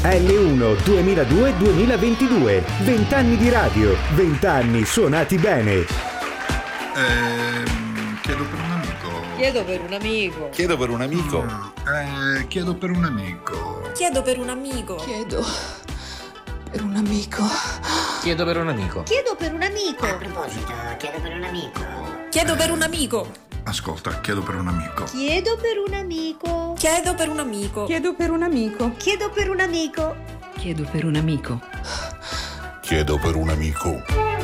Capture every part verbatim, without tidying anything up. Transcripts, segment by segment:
L uno duemiladue duemilaventidue. venti anni di radio, venti anni suonati bene. Ehm, chiedo per un amico. Chiedo per un amico. Chiedo per un amico. Eh, chiedo per un amico. Chiedo per un amico. Chiedo per un amico. Chiedo per un amico. Chiedo per un amico. A proposito, chiedo per un amico. Chiedo per un amico. Ascolta, chiedo per un amico. Chiedo per un amico. Chiedo per un amico. Chiedo per un amico. Chiedo per un amico. Chiedo per un amico. Chiedo per un amico.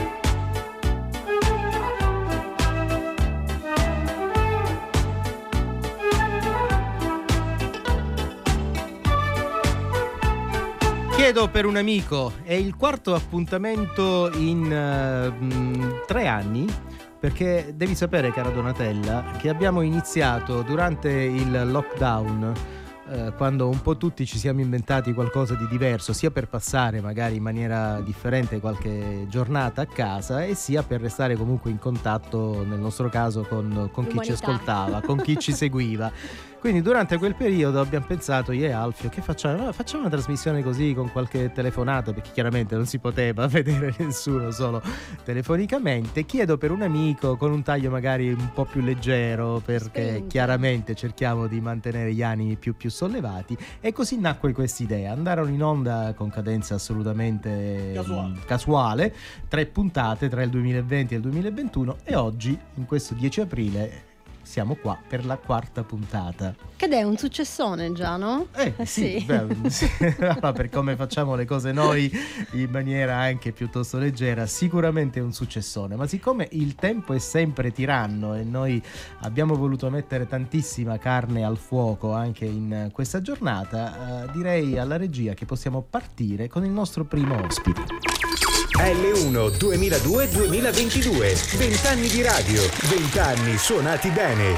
Chiedo per un amico. È il quarto appuntamento in uh, mh, tre anni. Perché devi sapere, cara Donatella, che abbiamo iniziato durante il lockdown, eh, quando un po' tutti ci siamo inventati qualcosa di diverso, sia per passare magari in maniera differente qualche giornata a casa, e sia per restare comunque in contatto, nel nostro caso, con, con chi ci ascoltava, con chi ci seguiva. Quindi durante quel periodo abbiamo pensato io e Alfio, che facciamo? Facciamo una trasmissione così con qualche telefonata, perché chiaramente non si poteva vedere nessuno, solo telefonicamente. Chiedo per un amico, con un taglio magari un po' più leggero, perché Spento. Chiaramente cerchiamo di mantenere gli animi più più sollevati, e così nacque questa idea. Andarono in onda con cadenza assolutamente casuale, casuale tre puntate tra il duemilaventi e il duemilaventuno, e oggi, in questo dieci aprile, siamo qua per la quarta puntata. Che è un successone già, no? Eh, eh sì, sì. Beh, sì. Per come facciamo le cose noi in maniera anche piuttosto leggera, sicuramente è un successone. Ma siccome il tempo è sempre tiranno e noi abbiamo voluto mettere tantissima carne al fuoco anche in questa giornata, eh, direi alla regia che possiamo partire con il nostro primo ospite. L uno duemiladue duemilaventidue. venti anni di radio, venti anni suonati bene.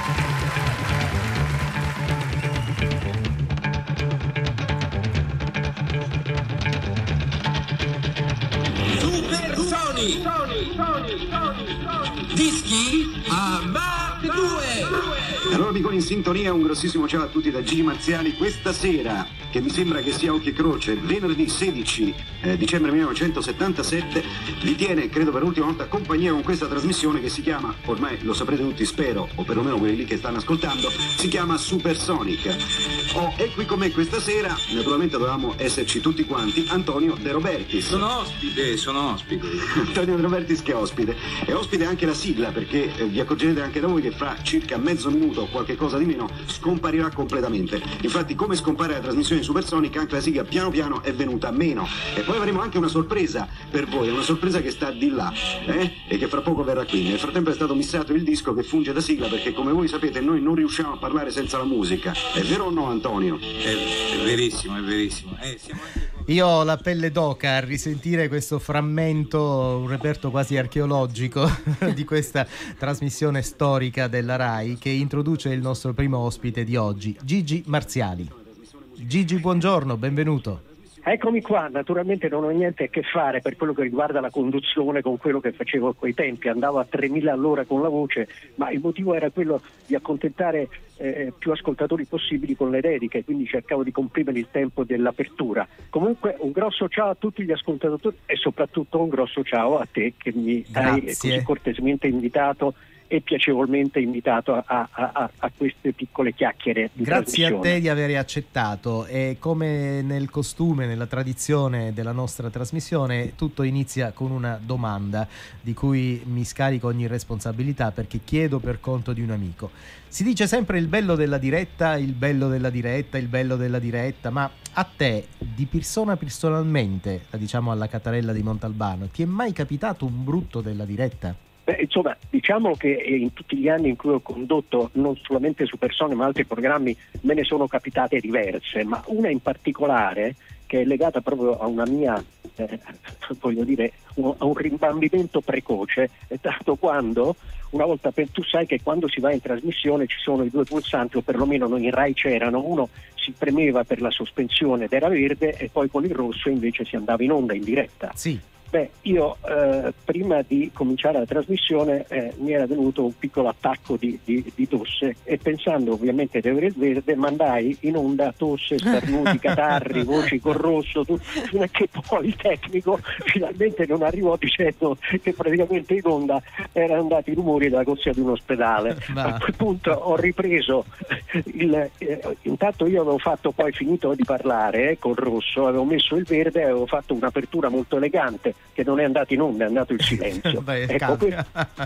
Supersonic. Sony, Sony, Sony, Sony. Dischi a Mark due. Allora amico, in sintonia, un grossissimo ciao a tutti da Gigi Marziali. Questa sera, che mi sembra che sia occhio e croce, venerdì sedici eh, dicembre millenovecentosettantasette, vi tiene, credo per l'ultima volta, compagnia con questa trasmissione che si chiama, ormai lo saprete tutti spero, o perlomeno quelli lì che stanno ascoltando, si chiama Supersonic. Oh, e qui con me questa sera, naturalmente dovevamo esserci tutti quanti, Antonio De Robertis. Sono ospite, sono ospite. Antonio De Robertis che è ospite. È ospite anche la sigla, perché eh, vi accorgerete anche da voi che fra circa mezzo minuto o qualche cosa di meno scomparirà completamente. Infatti, come scompare la trasmissione Supersonic, anche la sigla piano piano è venuta meno. E poi avremo anche una sorpresa per voi, una sorpresa che sta di là, eh? E che fra poco verrà qui. Nel frattempo è stato missato il disco che funge da sigla, perché come voi sapete noi non riusciamo a parlare senza la musica. È vero o no, Antonio? È, è verissimo, è verissimo. Eh, siamo anche... Io ho la pelle d'oca a risentire questo frammento, un reperto quasi archeologico di questa trasmissione storica della RAI, che introduce il nostro primo ospite di oggi, Gigi Marziali. Gigi, buongiorno, benvenuto. Eccomi qua, naturalmente non ho niente a che fare per quello che riguarda la conduzione con quello che facevo a quei tempi, andavo a tremila all'ora con la voce, ma il motivo era quello di accontentare eh, più ascoltatori possibili con le dediche, quindi cercavo di comprimere il tempo dell'apertura. Comunque un grosso ciao a tutti gli ascoltatori e soprattutto un grosso ciao a te che mi hai così cortesemente invitato e piacevolmente invitato a, a, a, a queste piccole chiacchiere di Grazie a te di aver accettato. E come nel costume, nella tradizione della nostra trasmissione, tutto inizia con una domanda di cui mi scarico ogni responsabilità, perché chiedo per conto di un amico. Si dice sempre il bello della diretta, il bello della diretta, il bello della diretta, ma a te, di persona personalmente, la diciamo alla Catarella di Montalbano, ti è mai capitato un brutto della diretta? Beh, insomma, diciamo che in tutti gli anni in cui ho condotto non solamente Supersonic ma altri programmi me ne sono capitate diverse, ma una in particolare che è legata proprio a una mia, eh, voglio dire, a un rimbambimento precoce, è stato quando, una volta per tu sai che quando si va in trasmissione ci sono i due pulsanti, o perlomeno noi in Rai c'erano, uno si premeva per la sospensione ed era verde e poi con il rosso invece si andava in onda in diretta. Sì. Beh, io eh, prima di cominciare la trasmissione eh, mi era venuto un piccolo attacco di, di, di tosse e pensando ovviamente di avere il verde mandai in onda tosse, starnuti, catarri, voci col rosso, tutto, fino a che poi il tecnico finalmente non arrivò dicendo che praticamente in onda erano andati i rumori della corsia di un ospedale. Ma... A quel punto ho ripreso il, eh, intanto io avevo fatto poi finito di parlare eh, col rosso, avevo messo il verde e avevo fatto un'apertura molto elegante che non è andato in onda, è andato il silenzio. Beh, ecco, que-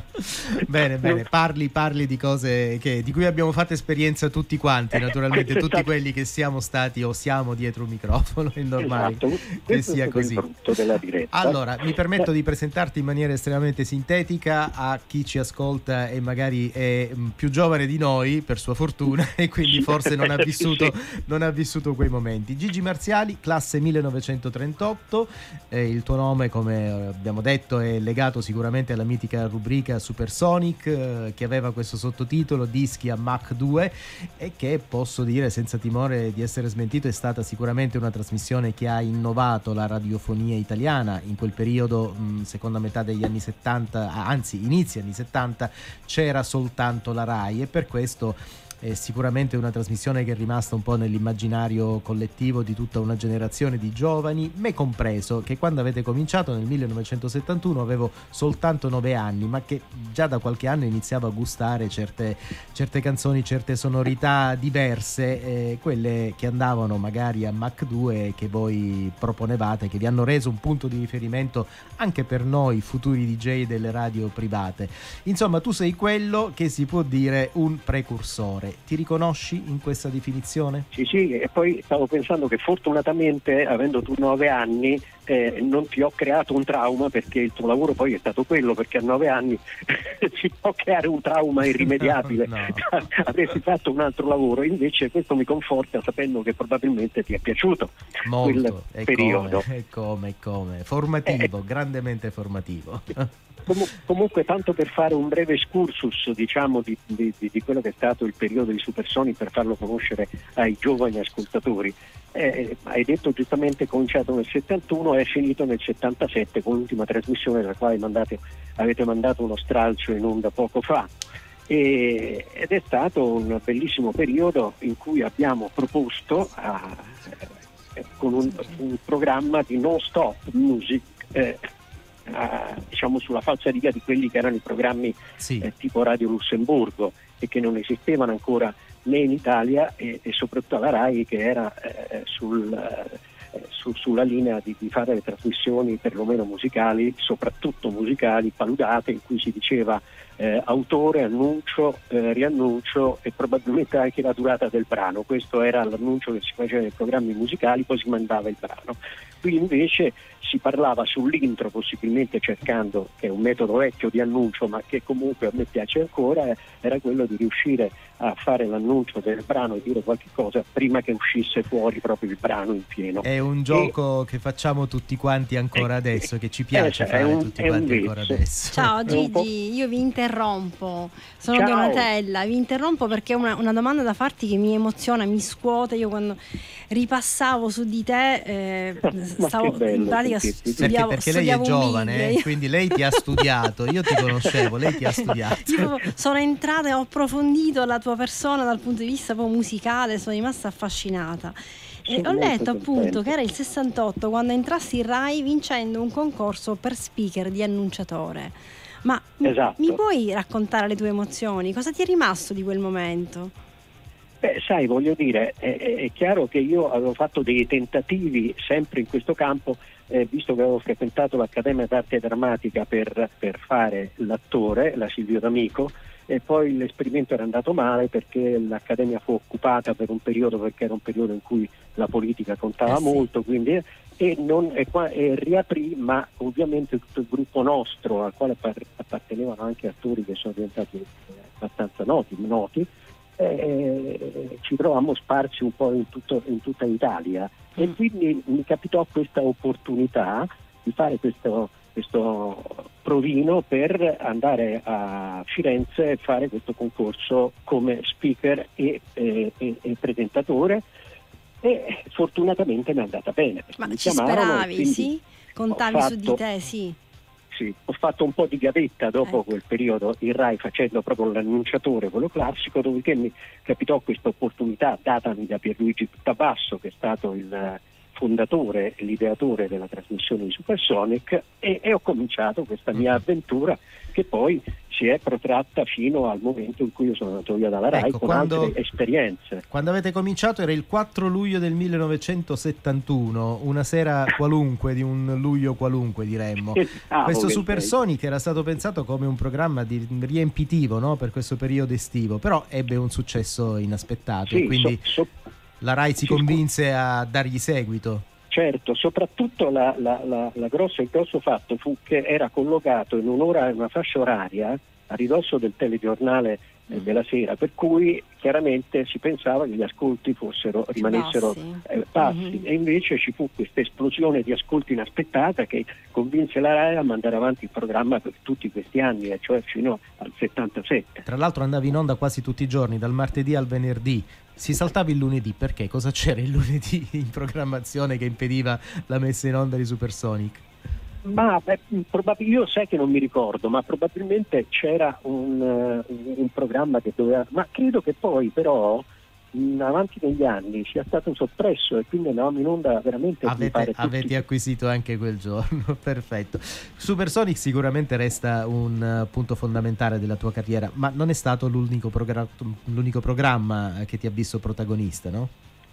bene, bene, parli, parli di cose che, di cui abbiamo fatto esperienza tutti quanti, naturalmente, tutti stato... quelli che siamo stati o siamo dietro un microfono, è normale esatto. che sia così. Della diretta. Allora, mi permetto di presentarti in maniera estremamente sintetica a chi ci ascolta e magari è più giovane di noi, per sua fortuna, e quindi forse non ha vissuto, sì. non ha vissuto quei momenti. Gigi Marziali, classe millenovecentotrentotto, eh, il tuo nome, come abbiamo detto, è legato sicuramente alla mitica rubrica Supersonic, eh, che aveva questo sottotitolo Dischi a Mach due, e che posso dire senza timore di essere smentito è stata sicuramente una trasmissione che ha innovato la radiofonia italiana. In quel periodo, mh, seconda metà degli anni settanta, anzi inizi anni settanta, c'era soltanto la Rai, e per questo è sicuramente una trasmissione che è rimasta un po' nell'immaginario collettivo di tutta una generazione di giovani, me compreso, che quando avete cominciato nel millenovecentosettantuno avevo soltanto nove anni, ma che già da qualche anno iniziavo a gustare certe, certe canzoni, certe sonorità diverse, eh, quelle che andavano magari a Mach due, che voi proponevate, che vi hanno reso un punto di riferimento anche per noi futuri D J delle radio private. Insomma, tu sei quello che si può dire un precursore. Ti riconosci in questa definizione? Sì, sì, e poi stavo pensando che fortunatamente, avendo tu nove anni, eh, non ti ho creato un trauma, perché il tuo lavoro poi è stato quello, perché a nove anni si può creare un trauma irrimediabile. No, no. Avresti fatto un altro lavoro, invece questo mi conforta sapendo che probabilmente ti è piaciuto molto, quel e periodo. Come, e come, e come. Formativo, eh, grandemente formativo. Com- comunque, tanto per fare un breve excursus, diciamo, di, di, di quello che è stato il periodo di Supersonic, per farlo conoscere ai giovani ascoltatori. Eh, hai detto giustamente, cominciato nel settantuno e è finito nel settantasette con l'ultima trasmissione, della quale mandate, avete mandato uno stralcio in onda poco fa. E, ed è stato un bellissimo periodo in cui abbiamo proposto a, eh, con un, un programma di non-stop music, eh, Uh, diciamo sulla falsariga di quelli che erano i programmi sì. eh, tipo Radio Lussemburgo, e che non esistevano ancora né in Italia, e, e soprattutto alla Rai, che era eh, sul, eh, su, sulla linea di, di fare le trasmissioni perlomeno musicali, soprattutto musicali, paludate, in cui si diceva eh, autore, annuncio, eh, riannuncio e probabilmente anche la durata del brano. Questo era l'annuncio che si faceva nei programmi musicali, poi si mandava il brano. Qui invece si parlava sull'intro, possibilmente cercando, che è un metodo vecchio di annuncio ma che comunque a me piace ancora, era quello di riuscire a fare l'annuncio del brano e dire qualche cosa prima che uscisse fuori proprio il brano in pieno. È un gioco e... che facciamo tutti quanti ancora adesso, che ci piace eh, fare un, tutti quanti ancora adesso. Ciao Gigi, io vi interrompo, sono Ciao. Donatella, vi interrompo perché ho una, una domanda da farti che mi emoziona, mi scuote. Io quando ripassavo su di te eh, stavo bello, in pratica studiavo, perché, perché lei è giovane, eh, quindi lei ti ha studiato, io ti conoscevo, lei ti ha studiato. Io sono entrata e ho approfondito la tua persona dal punto di vista poi musicale, sono rimasta affascinata. E ho letto appunto che era il sessantotto quando entrassi in Rai vincendo un concorso per speaker di annunciatore. Ma esatto. mi puoi raccontare le tue emozioni? Cosa ti è rimasto di quel momento? Beh, sai, voglio dire, è, è chiaro che io avevo fatto dei tentativi sempre in questo campo, eh, visto che avevo frequentato l'Accademia d'Arte Drammatica per, per fare l'attore, la Silvio D'Amico, e poi l'esperimento era andato male perché l'Accademia fu occupata per un periodo, perché era un periodo in cui la politica contava eh sì. molto, quindi e, non, e, qua, e riaprì, ma ovviamente tutto il gruppo nostro, al quale par- appartenevano anche attori che sono diventati abbastanza noti, noti eh, ci trovammo sparsi un po' in, tutto, in tutta Italia mm. e quindi mi capitò questa opportunità di fare questo questo provino per andare a Firenze e fare questo concorso come speaker e, e, e, e presentatore, e fortunatamente mi è andata bene. Ma ci speravi, quindi, sì? contavi fatto, su di te, sì. Sì, ho fatto un po' di gavetta dopo eh. quel periodo in Rai facendo proprio l'annunciatore, quello classico, dopodiché mi capitò questa opportunità datami da Pierluigi Tabasso, che è stato il fondatore e l'ideatore della trasmissione di Supersonic, e, e ho cominciato questa mia avventura che poi si è protratta fino al momento in cui io sono andato via dalla Rai, ecco, con quando, altre esperienze. Quando avete cominciato era il quattro luglio del millenovecentosettantuno, una sera qualunque, di un luglio qualunque diremmo. Ah, questo Supersonic sei. Era stato pensato come un programma di riempitivo, no? Per questo periodo estivo, però ebbe un successo inaspettato, sì, quindi so, so, la Rai si sì, convinse a dargli seguito. Certo, soprattutto la, la, la, la grossa, il grosso fatto fu che era collocato in un'ora, in una fascia oraria a ridosso del telegiornale eh, della sera, per cui chiaramente si pensava che gli ascolti fossero rimanessero bassi, eh, bassi. Mm-hmm. E invece ci fu questa esplosione di ascolti inaspettata che convinse la Rai a mandare avanti il programma per tutti questi anni, e cioè fino al settantasette. Tra l'altro andavi in onda quasi tutti i giorni, dal martedì al venerdì. Si saltava il lunedì, perché? Cosa c'era il lunedì in programmazione che impediva la messa in onda di Supersonic? Ma beh, probab- io sai che non mi ricordo, ma probabilmente c'era un, uh, un programma che doveva, ma credo che poi però in avanti negli anni sia stato soppresso e quindi andavamo in onda veramente. Avete, avete acquisito anche quel giorno. Perfetto. Supersonic sicuramente resta un uh, punto fondamentale della tua carriera, ma non è stato l'unico, progra- l'unico programma che ti ha visto protagonista, no?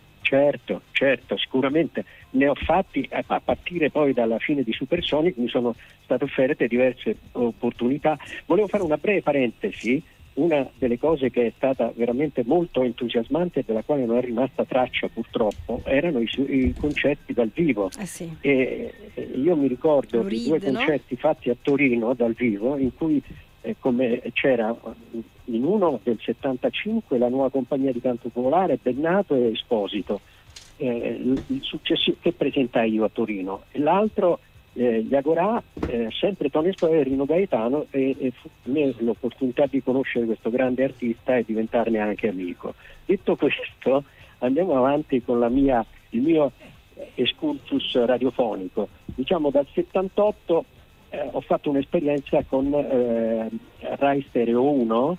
Certo, certo, sicuramente ne ho fatti, a partire poi dalla fine di Supersonic mi sono state offerte diverse opportunità. Volevo fare una breve parentesi. Una delle cose che è stata veramente molto entusiasmante e della quale non è rimasta traccia purtroppo erano i, i concerti dal vivo. Eh sì. E, e io mi ricordo di due concerti, no? fatti a Torino dal vivo, in cui eh, come c'era in uno del settantacinque la nuova compagnia di canto popolare, Bennato e Esposito, eh, il, il successivo che presentai io a Torino, e l'altro Eh, gli Agorà, eh, sempre Tony Esposito e Rino Gaetano, e, e fu per me l'opportunità di conoscere questo grande artista e diventarne anche amico. Detto questo, andiamo avanti con la mia, il mio excursus radiofonico. Diciamo dal settantotto eh, ho fatto un'esperienza con eh, Rai Stereo uno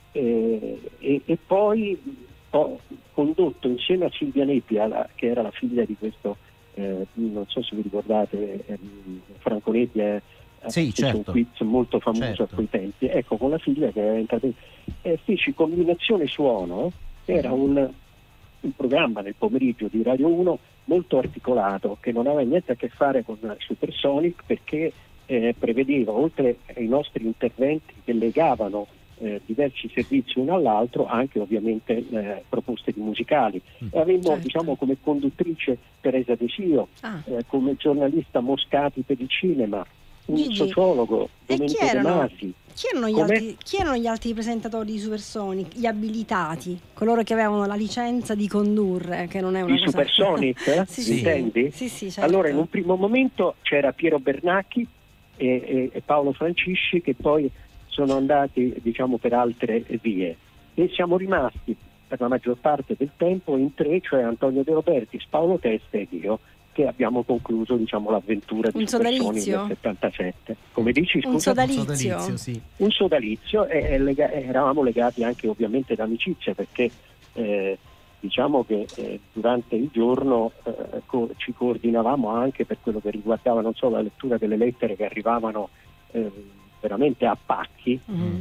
eh, e, e poi ho condotto insieme a Silvia Nebbia, la, che era la figlia di questo Eh, non so se vi ricordate, ehm, Franco Nebbia ha sì, certo. un quiz molto famoso certo. a quei tempi, ecco, con la figlia che era entrata in... e feci Combinazione Suono, era un, un programma nel pomeriggio di Radio uno molto articolato, che non aveva niente a che fare con Supersonic, perché eh, prevedeva, oltre ai nostri interventi che legavano Eh, diversi servizi uno all'altro, anche ovviamente eh, proposte di musicali. Mm. E avevamo certo. diciamo come conduttrice Teresa Desio, ah. eh, come giornalista Moscati per il cinema, un Gigi. sociologo Domenico De Masi. Chi erano, gli altri, chi erano gli altri presentatori di Supersonic? Gli abilitati, coloro che avevano la licenza di condurre, che non è una di cosa... Supersonic, sì, sì. intendi? Sì, sì, certo. Allora in un primo momento c'era Piero Bernacchi e, e, e Paolo Francisci, che poi sono andati diciamo per altre vie, e siamo rimasti per la maggior parte del tempo in tre, cioè Antonio De Robertis, Paolo Teste ed io, che abbiamo concluso diciamo l'avventura di Supersonic nel settantasette. Come dici, scusa? Un sodalizio, un sodalizio, sì. Un sodalizio e, e lega- eravamo legati anche ovviamente d'amicizia, perché eh, diciamo che eh, durante il giorno eh, co- ci coordinavamo anche per quello che riguardava non solo la lettura delle lettere che arrivavano eh, veramente a pacchi, mm-hmm.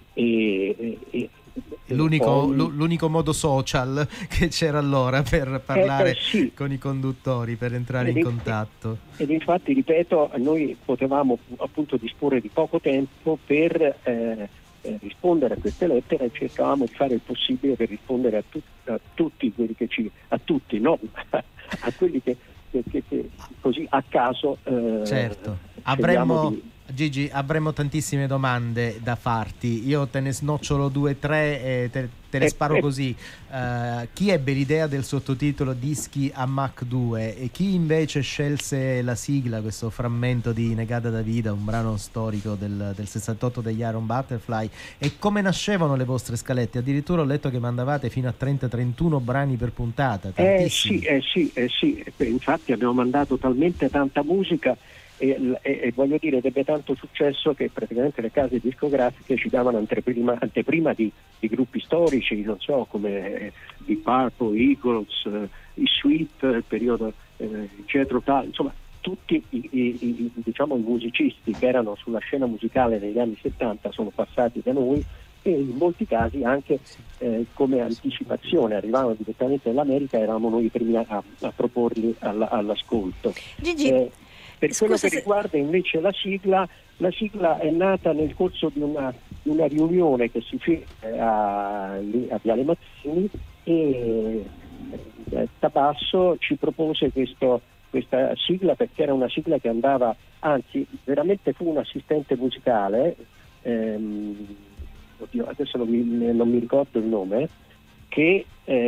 e, e, e l'unico, poi... l'unico modo social che c'era allora per parlare eh, sì. con i conduttori, per entrare ed in contatto. Ed infatti, ripeto, noi potevamo appunto disporre di poco tempo per eh, eh, rispondere a queste lettere, e cercavamo di fare il possibile per rispondere a, tu- a tutti quelli che ci a tutti, no? a quelli che, che, che, che così a caso eh, certo. Avremmo di... Gigi, avremo tantissime domande da farti. Io te ne snocciolo due o tre e te, te le eh, sparo eh. così. Uh, chi ebbe l'idea del sottotitolo Dischi a Mach due e chi invece scelse la sigla, questo frammento di Negada da Vida, un brano storico del, del sessantotto degli Iron Butterfly, e come nascevano le vostre scalette? Addirittura ho letto che mandavate fino a trenta trentuno brani per puntata. Eh sì, eh sì, eh sì, infatti abbiamo mandato talmente tanta musica e, e, e voglio dire, ebbe tanto successo che praticamente le case discografiche ci davano anteprima, anteprima di, di gruppi storici, non so, come i Purple, Eagles, eh, i Sweet, il periodo eh, Jethro Tull, insomma tutti i, i, i, diciamo, i musicisti che erano sulla scena musicale negli anni settanta sono passati da noi, e in molti casi anche eh, come anticipazione arrivavano direttamente dall'America, eravamo noi i primi a, a proporli alla, all'ascolto. Gigi, eh, per scusa quello che se... riguarda invece la sigla, la sigla è nata nel corso di una, di una riunione che si fece a, a Viale Mazzini, e eh, Tabasso ci propose questo, questa sigla perché era una sigla che andava, anzi veramente fu un assistente musicale, ehm, oddio, adesso non mi, non mi ricordo il nome, che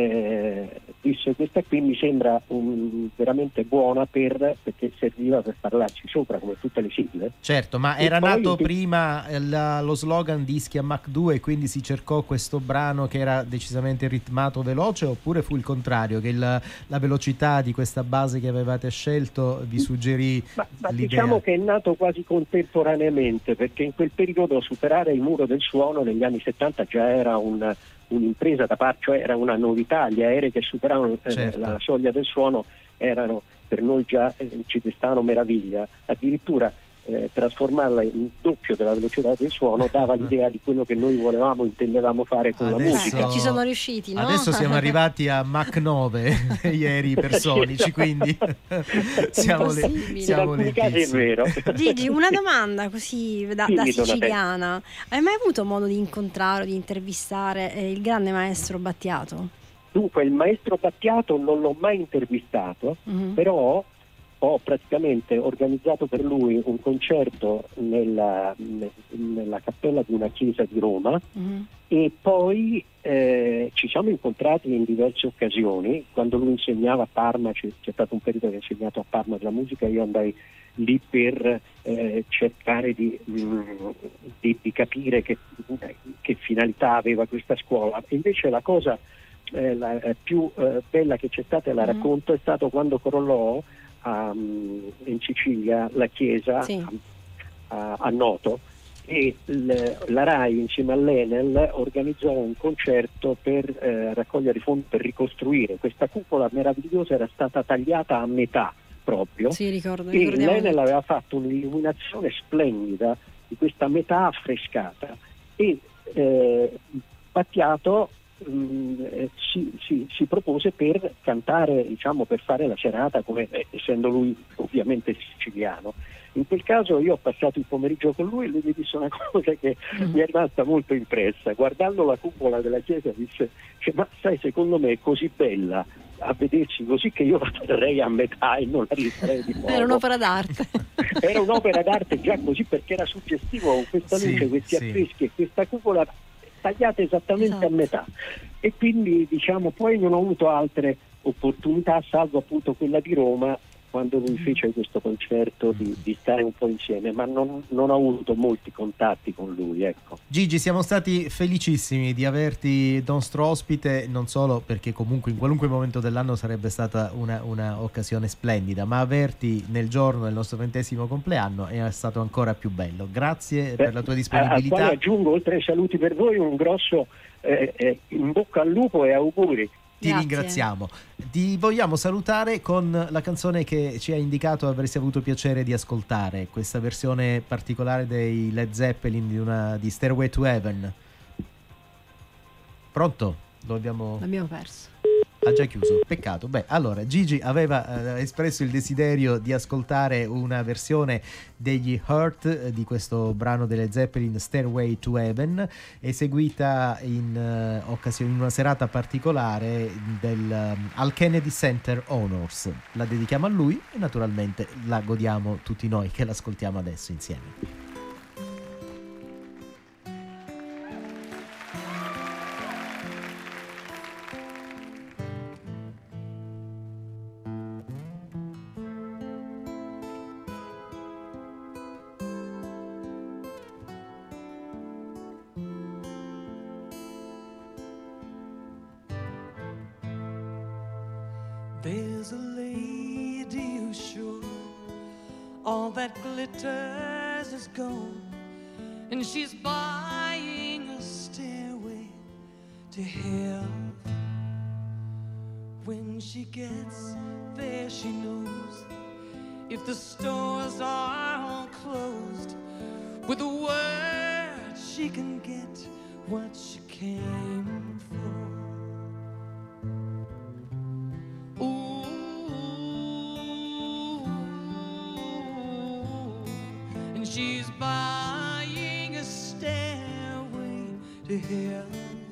eh, disse: questa qui mi sembra um, veramente buona per, perché serviva per parlarci sopra come tutte le sigle. Certo, ma E era poi nato in- prima eh, la- lo slogan Dischi a Mac due, e quindi si cercò questo brano che era decisamente ritmato veloce, oppure fu il contrario, che il- la velocità di questa base che avevate scelto vi suggerì Ma, ma l'idea? diciamo che è nato quasi contemporaneamente, perché in quel periodo superare il muro del suono negli anni settanta già era un, un'impresa da parte, cioè era una novità. Gli aerei che superavano eh, Certo. la soglia del suono erano per noi già, eh, ci destavano meraviglia. Addirittura eh, trasformarla in doppio della velocità del suono dava l'idea di quello che noi volevamo, intendevamo fare con Adesso- la musica. Eh, ci sono riusciti, no? Adesso siamo arrivati a Mach nove ieri ipersonici, quindi siamo, le, Impossibile. siamo In alcuni casi è lentissimi. vero. Gigi, una domanda così da, Dimmi, da Donatella. siciliana. Hai mai avuto modo di incontrare o di intervistare eh, il grande maestro Battiato? Dunque, il maestro Battiato non l'ho mai intervistato, Mhm. però ho praticamente organizzato per lui un concerto nella, ne- nella cappella di una chiesa di Roma, Mhm. e poi eh, ci siamo incontrati in diverse occasioni. Quando lui insegnava a Parma, c'è, c'è stato un periodo che ha insegnato a Parma la musica, io andai lì per eh, cercare di, mh, di, di capire che, che finalità aveva questa scuola. Invece la cosa eh, la, eh, più eh, bella che c'è stata, e la Mhm. racconto, è stato quando crollò a, in Sicilia la chiesa Sì. a, a- a Noto, e l- la RAI insieme all'Enel organizzò un concerto per eh, raccogliere i fondi per ricostruire questa cupola meravigliosa. Era stata tagliata a metà proprio, Sì, ricordo. e ricordiamo l'Enel tutto. aveva fatto un'illuminazione splendida di questa metà affrescata, e eh, Battiato mh, eh, si, si- si propose per cantare, diciamo, per fare la serata, come eh, essendo lui ovviamente siciliano. In quel caso io ho passato il pomeriggio con lui, e lui mi disse una cosa che Mhm. mi è rimasta molto impressa. Guardando la cupola della chiesa disse: cioè, ma sai, secondo me è così bella a vedersi così che io la terrei a metà e non la rifarei di nuovo. Era un'opera d'arte. Era un'opera d'arte già così, perché era suggestivo, con questa Sì, luce, questi sì. affreschi e questa cupola tagliata esattamente Esatto. a metà. E quindi, diciamo, poi non ho avuto altre opportunità, salvo appunto quella di Roma, quando lui fece questo concerto, di, di stare un po' insieme, ma non, non ho avuto molti contatti con lui, ecco. Gigi, siamo stati felicissimi di averti nostro ospite, non solo perché comunque in qualunque momento dell'anno sarebbe stata una, una occasione splendida, ma averti nel giorno del nostro ventesimo compleanno è stato ancora più bello. Grazie per la tua Al disponibilità. quale aggiungo, oltre ai saluti per voi, un grosso eh, eh, in bocca al lupo e auguri. Ti Grazie. ringraziamo. Ti vogliamo salutare con la canzone che ci ha indicato avresti avuto piacere di ascoltare, questa versione particolare dei Led Zeppelin di, una, di Stairway to Heaven. Pronto? Lo abbiamo... L'abbiamo perso. Ha già chiuso, peccato. Beh, allora Gigi aveva eh, espresso il desiderio di ascoltare una versione degli Hurt eh, di questo brano delle Zeppelin, Stairway to Heaven, eseguita in, eh, occasione, in una serata particolare del, um, al Kennedy Center Honors. La dedichiamo a lui e naturalmente la godiamo tutti noi che l'ascoltiamo adesso insieme. There's a lady who's sure all that glitters is gold, and she's buying a stairway to hell. When she gets there, she knows if the stores are all closed, with a word she can get what she came for. Ooh, and she's buying a stairway to hell.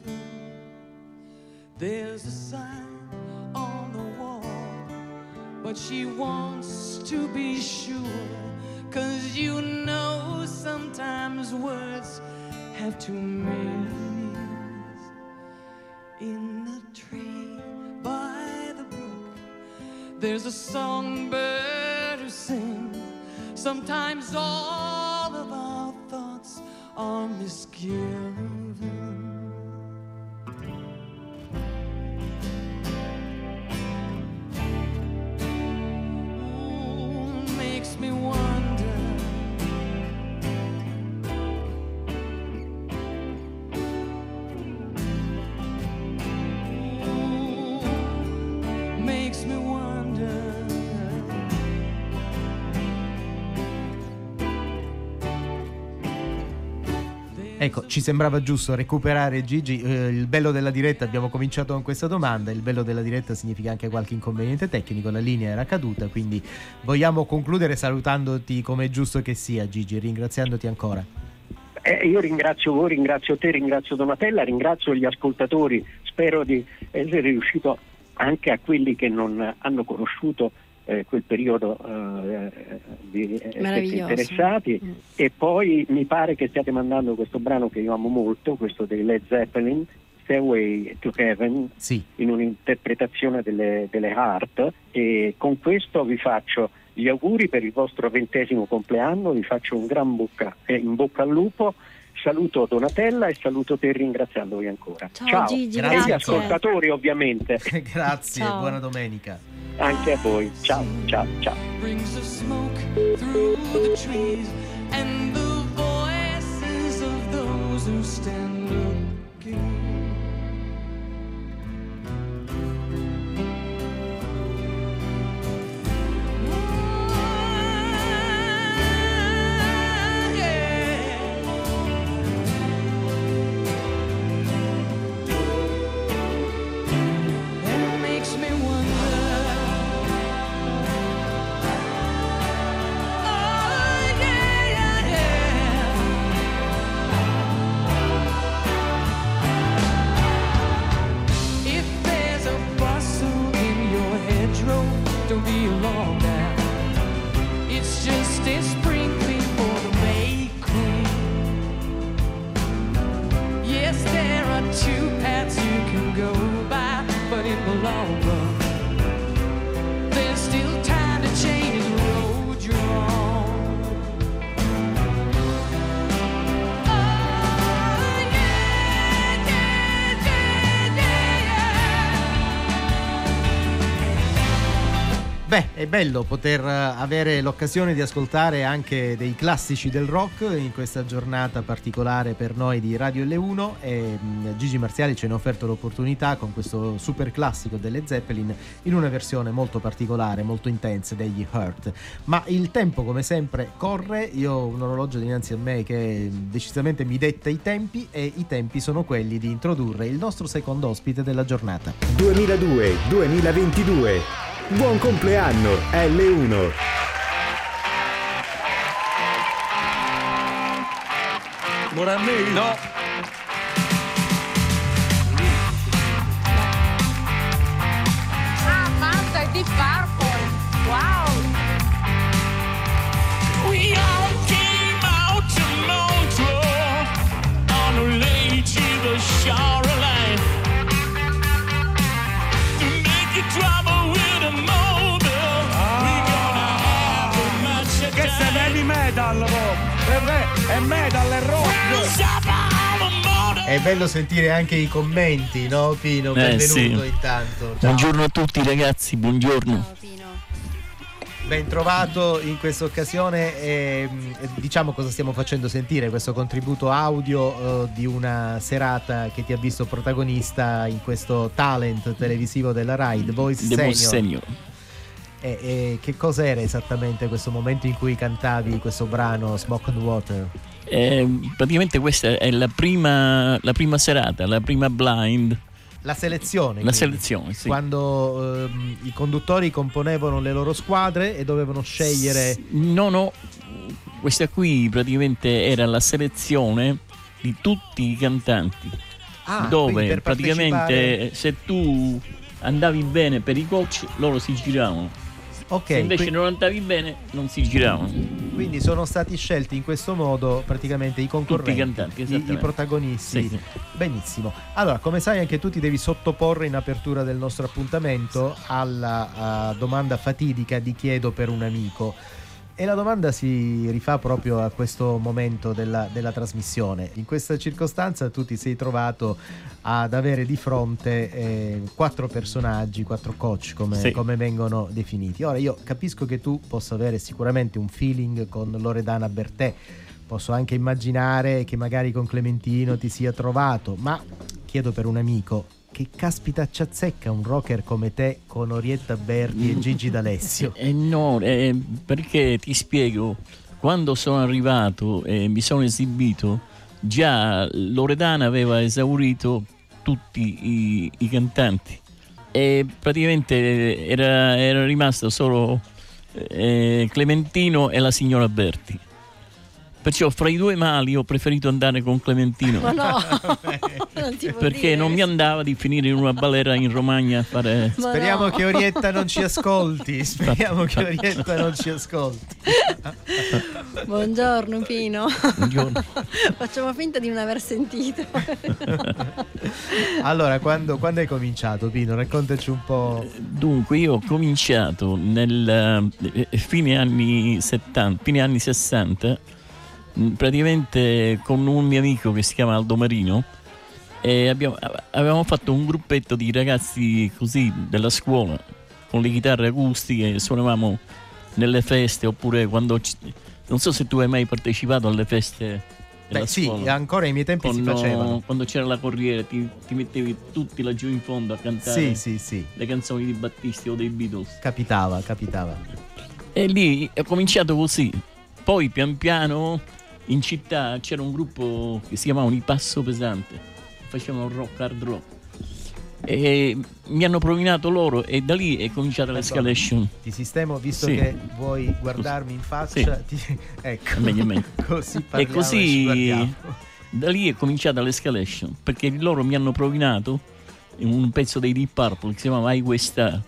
There's a sign on the wall, but she wants to be sure, 'cause you know sometimes words have two meanings. In a tree by the brook, there's a songbird who sings. Sometimes all of our thoughts are misgiven. Ooh, makes me wonder. Ooh, makes me wonder. Ecco, ci sembrava giusto recuperare Gigi. Eh, il bello della diretta, abbiamo cominciato con questa domanda, il bello della diretta significa anche qualche inconveniente tecnico, la linea era caduta, quindi vogliamo concludere salutandoti come è giusto che sia, Gigi, ringraziandoti ancora. Eh, io ringrazio voi, ringrazio te, ringrazio Donatella, ringrazio gli ascoltatori, spero di essere riuscito anche a quelli che non hanno conosciuto Eh, quel periodo eh, di eh, interessati, mm. E poi mi pare che stiate mandando questo brano che io amo molto, questo dei Led Zeppelin, Stairway to Heaven, sì, in un'interpretazione delle, delle Heart, e con questo vi faccio gli auguri per il vostro ventesimo compleanno, vi faccio un gran bocca, eh, in bocca al lupo. Saluto Donatella e saluto te, ringraziandovi ancora. Ciao, ciao. Gigi, e grazie. gli ascoltatori ovviamente. Grazie, ciao. Buona domenica. Anche a voi, ciao, ciao, ciao. Rings of smoke through the trees and the voices of those who stand looking. Don't be alone now. It's just a sprinkling for the May Queen. Yes, there are two paths you can go by, but in the long run, there's still time to change the road you're on. Beh, è bello poter avere l'occasione di ascoltare anche dei classici del rock in questa giornata particolare per noi di Radio L uno, e Gigi Marziali ce ne ha offerto l'opportunità con questo super classico delle Zeppelin in una versione molto particolare, molto intensa, degli Hurt. Ma il tempo come sempre corre, io ho un orologio dinanzi a me che decisamente mi detta i tempi, e i tempi sono quelli di introdurre il nostro secondo ospite della giornata. duemiladue duemilaventidue. Buon compleanno L uno. Buon anno. No. Ah, mazza, è di Purple. Wow. We all came out to Montreux on the way to the shoreline to make you trouble with a mobile. We're gonna have a much Che sei heavy metal, è metal, è rock. È bello sentire anche i commenti, no Pino? Eh, Benvenuto sì. intanto. Ciao. Buongiorno a tutti ragazzi, buongiorno. Ciao Pino. Ben trovato in questa occasione e, e diciamo cosa stiamo facendo sentire, questo contributo audio eh, di una serata che ti ha visto protagonista in questo talent televisivo della Rai, The Voice The Senior. Voice Senior. E, e che cos'era esattamente questo momento in cui cantavi questo brano Smoke and Water? Eh, praticamente questa è la prima, la prima serata, la prima blind. La selezione. La quindi, selezione, sì. Quando ehm, i conduttori componevano le loro squadre e dovevano scegliere. No, no, questa qui praticamente era la selezione di tutti i cantanti. Ah, dove per praticamente partecipare... se tu andavi bene per i coach, loro si giravano. Ok. Se invece qui... non andavi bene, non si giravano. Quindi sono stati scelti in questo modo praticamente i concorrenti, tutti i cantanti, i, i protagonisti. Sì, sì. Benissimo. Allora, come sai, anche tu ti devi sottoporre in apertura del nostro appuntamento alla uh, domanda fatidica di chiedo per un amico. E la domanda si rifà proprio a questo momento della, della trasmissione. In questa circostanza tu ti sei trovato ad avere di fronte eh, quattro personaggi, quattro coach come, sì. come vengono definiti. Ora io capisco che tu possa avere sicuramente un feeling con Loredana Bertè, posso anche immaginare che magari con Clementino ti sia trovato, ma chiedo per un amico, che caspita ci azzecca un rocker come te con Orietta Berti e Gigi D'Alessio? Eh no, eh, perché ti spiego, quando sono arrivato e mi sono esibito, già Loredana aveva esaurito tutti i, i cantanti e praticamente era, era rimasto solo eh, Clementino e la signora Berti. Perciò fra i due mali ho preferito andare con Clementino. Ma no, non ti può perché dire. non mi andava di finire in una balera in Romagna a fare. Ma speriamo no. che Orietta non ci ascolti. Speriamo che Orietta non ci ascolti. Buongiorno Pino. Buongiorno. Facciamo finta di non aver sentito. Allora, quando, quando hai cominciato, Pino? Raccontaci un po'. Dunque, io ho cominciato nel eh, fine anni settanta, fine anni sessanta. Praticamente con un mio amico che si chiama Aldo Marino e abbiamo, avevamo fatto un gruppetto di ragazzi così della scuola con le chitarre acustiche, suonavamo nelle feste oppure quando ci, non so se tu hai mai partecipato alle feste della Beh, scuola. Sì, ancora ai miei tempi con, si facevano. Quando c'era la corriere ti, ti mettevi tutti laggiù in fondo a cantare sì, sì, sì. le canzoni di Battisti o dei Beatles. Capitava, capitava. E lì ho cominciato così, poi pian piano in città c'era un gruppo che si chiamava I Passo Pesante, facevano rock, hard rock e mi hanno provinato loro e da lì è cominciata l'escalation. Ti sistemo, visto sì. che vuoi guardarmi in faccia, sì. ti... ecco, è meglio, è meglio. Così e così da lì è cominciata l'escalation perché loro mi hanno provinato in un pezzo dei Deep Purple che si chiamava Highway Star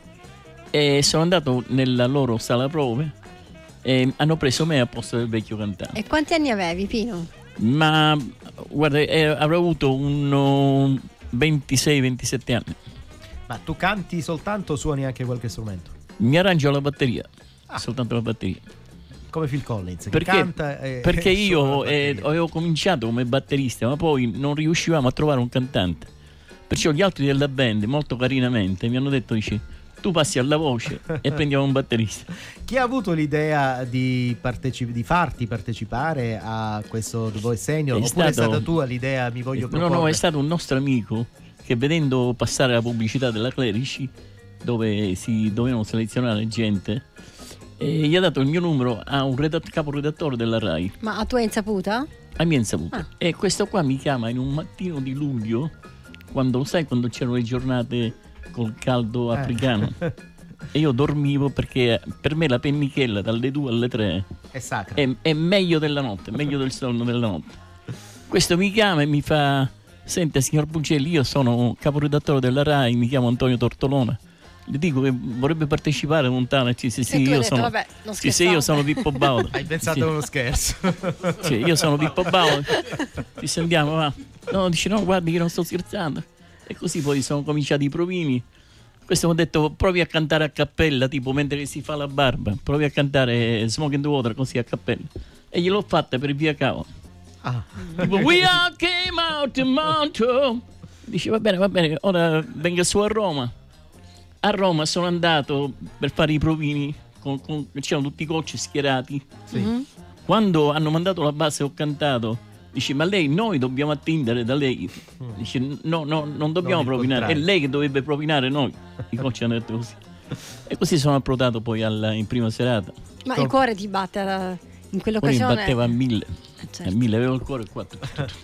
e sono andato nella loro sala prove e hanno preso me a posto del vecchio cantante. E quanti anni avevi, Pino? Ma guarda, eh, avrò avuto un ventisei ventisette anni. Ma tu canti soltanto o suoni anche qualche strumento? Mi arrangio alla batteria, ah. soltanto la batteria. Come Phil Collins, che perché, canta e, perché e io eh, avevo cominciato come batterista, ma poi non riuscivamo a trovare un cantante. Perciò gli altri della band, molto carinamente, mi hanno detto, dici, tu passi alla voce e prendiamo un batterista. Chi ha avuto l'idea di, parteci- di farti partecipare a questo The Voice Senior? È Oppure stato, è stata tua l'idea, mi voglio proporre? No, no, è stato un nostro amico che vedendo passare la pubblicità della Clerici, dove si dovevano selezionare gente, e gli ha dato il mio numero a un redatt- caporedattore della Rai. Ma a tua insaputa? A mia insaputa. Ah. E questo qua mi chiama in un mattino di luglio, quando lo sai, quando c'erano le giornate col caldo africano eh. e io dormivo perché per me la pennichella dalle due alle tre è sacra, è, è meglio della notte, meglio del sonno della notte. Questo mi chiama e mi fa: senta signor Puncelli, io sono caporedattore della Rai, mi chiamo Antonio Tortolona, le dico che vorrebbe partecipare a un tale. Sì, sì, sì, io detto, sono vabbè, sì, sì, io sono Pippo Baudo. Hai pensato sì. a uno scherzo? Sì, io sono Pippo Baudo. Ci sentiamo, va. No, dice no, guardi che non sto scherzando. E così poi sono cominciati i provini. Questo mi ha detto provi a cantare a cappella, tipo mentre si fa la barba, provi a cantare Smoke and Water così a cappella. E gliel'ho fatta per via cavo. Ah. Tipo we all came out to Montreux. Dice va bene, va bene, ora venga su a Roma. A Roma sono andato per fare i provini con, con, c'erano tutti i coach schierati. Sì. Mm-hmm. Quando hanno mandato la base ho cantato, dice ma lei, noi dobbiamo attendere da lei. Dice no, no, non dobbiamo Non il propinare, è contrario. lei che dovrebbe propinare noi. I coach hanno detto così. E così sono approdato poi alla, in prima serata. Ma il cuore ti batte eh, in Poi mi quell'occasione? batteva a mille, certo. a mille, avevo il cuore a quattro.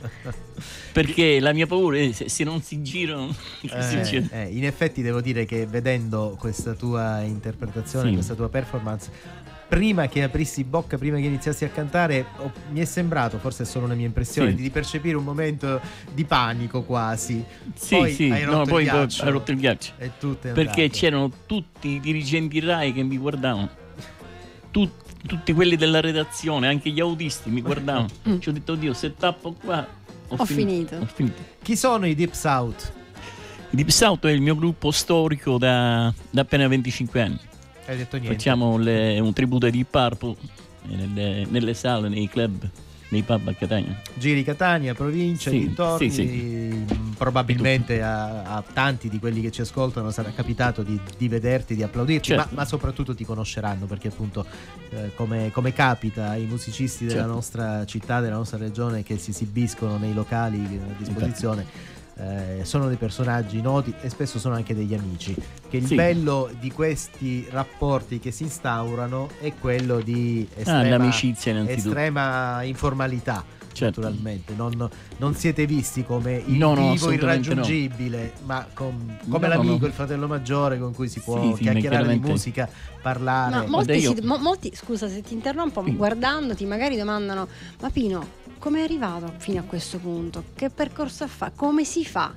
Perché la mia paura è se, se non si girano, che Eh, succede? eh, in effetti devo dire che vedendo questa tua interpretazione, Sì. questa tua performance, prima che aprissi bocca, prima che iniziassi a cantare, ho- mi è sembrato, forse è solo una mia impressione, Sì. di percepire un momento di panico quasi. Sì, poi sì, hai no, rotto poi il poi ghiaccio hai rotto il ghiaccio. e tutto è Perché andato. c'erano tutti i dirigenti Rai che mi guardavano, Tut- tutti quelli della redazione, anche gli autisti mi guardavano. Ci ho detto, Dio, se tappo qua ho, Ho finito. Ho finito. Chi sono i Deep South? I Deep South è il mio gruppo storico da, da appena venticinque anni. Hai detto niente. Facciamo le- un tributo ai Deep Purple eh, nelle, nelle sale, nei club, nei pub a Catania. Giri Catania, provincia, Sì, dintorni, sì, mh, probabilmente a, a tanti di quelli che ci ascoltano sarà capitato di, di vederti, di applaudirti, Certo. ma, ma soprattutto ti conosceranno perché appunto eh, come, come capita ai musicisti della Certo. nostra città, della nostra regione che si esibiscono nei locali a disposizione. Eh, sono dei personaggi noti e spesso sono anche degli amici, che il Sì. bello di questi rapporti che si instaurano è quello di Ah, estrema, l'amicizia innanzitutto. estrema informalità. Certo. Naturalmente non, non siete visti come il No, no, vivo assolutamente irraggiungibile, ma com- come No, l'amico, no. il fratello maggiore con cui si può Sì, sì, chiacchierare di chiaramente. musica, parlare. Ma molti, io- si- mo- molti, scusa se ti interrompo, ma guardandoti magari domandano: ma Pino, come è arrivato fino a questo punto? Che percorso ha fatto? Come si fa?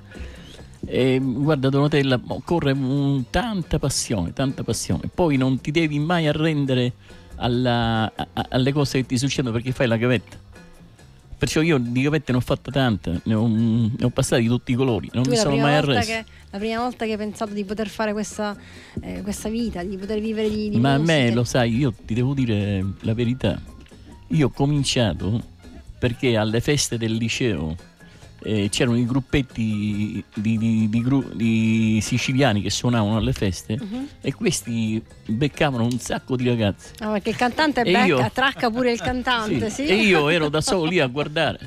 E, guarda Donatella, occorre un- tanta passione, tanta passione. Poi non ti devi mai arrendere alla- a- a- alle cose che ti succedono perché fai la gavetta. Perciò io di gavette ne ho fatta tanta, ne ho, ne ho passati di tutti i colori, non Tu mi la sono prima, mai volta arreso. che, la prima volta che hai pensato di poter fare questa, eh, questa vita, di poter vivere di, di Ma a me, musica? lo sai, io ti devo dire la verità. Io ho cominciato perché alle feste del liceo eh, c'erano i gruppetti di, di- di gru- di siciliani che suonavano alle feste Mhm. e questi beccavano un sacco di ragazzi. Ah, perché il cantante E becca, io- tracca pure il cantante, sì. E io ero da solo lì a guardare.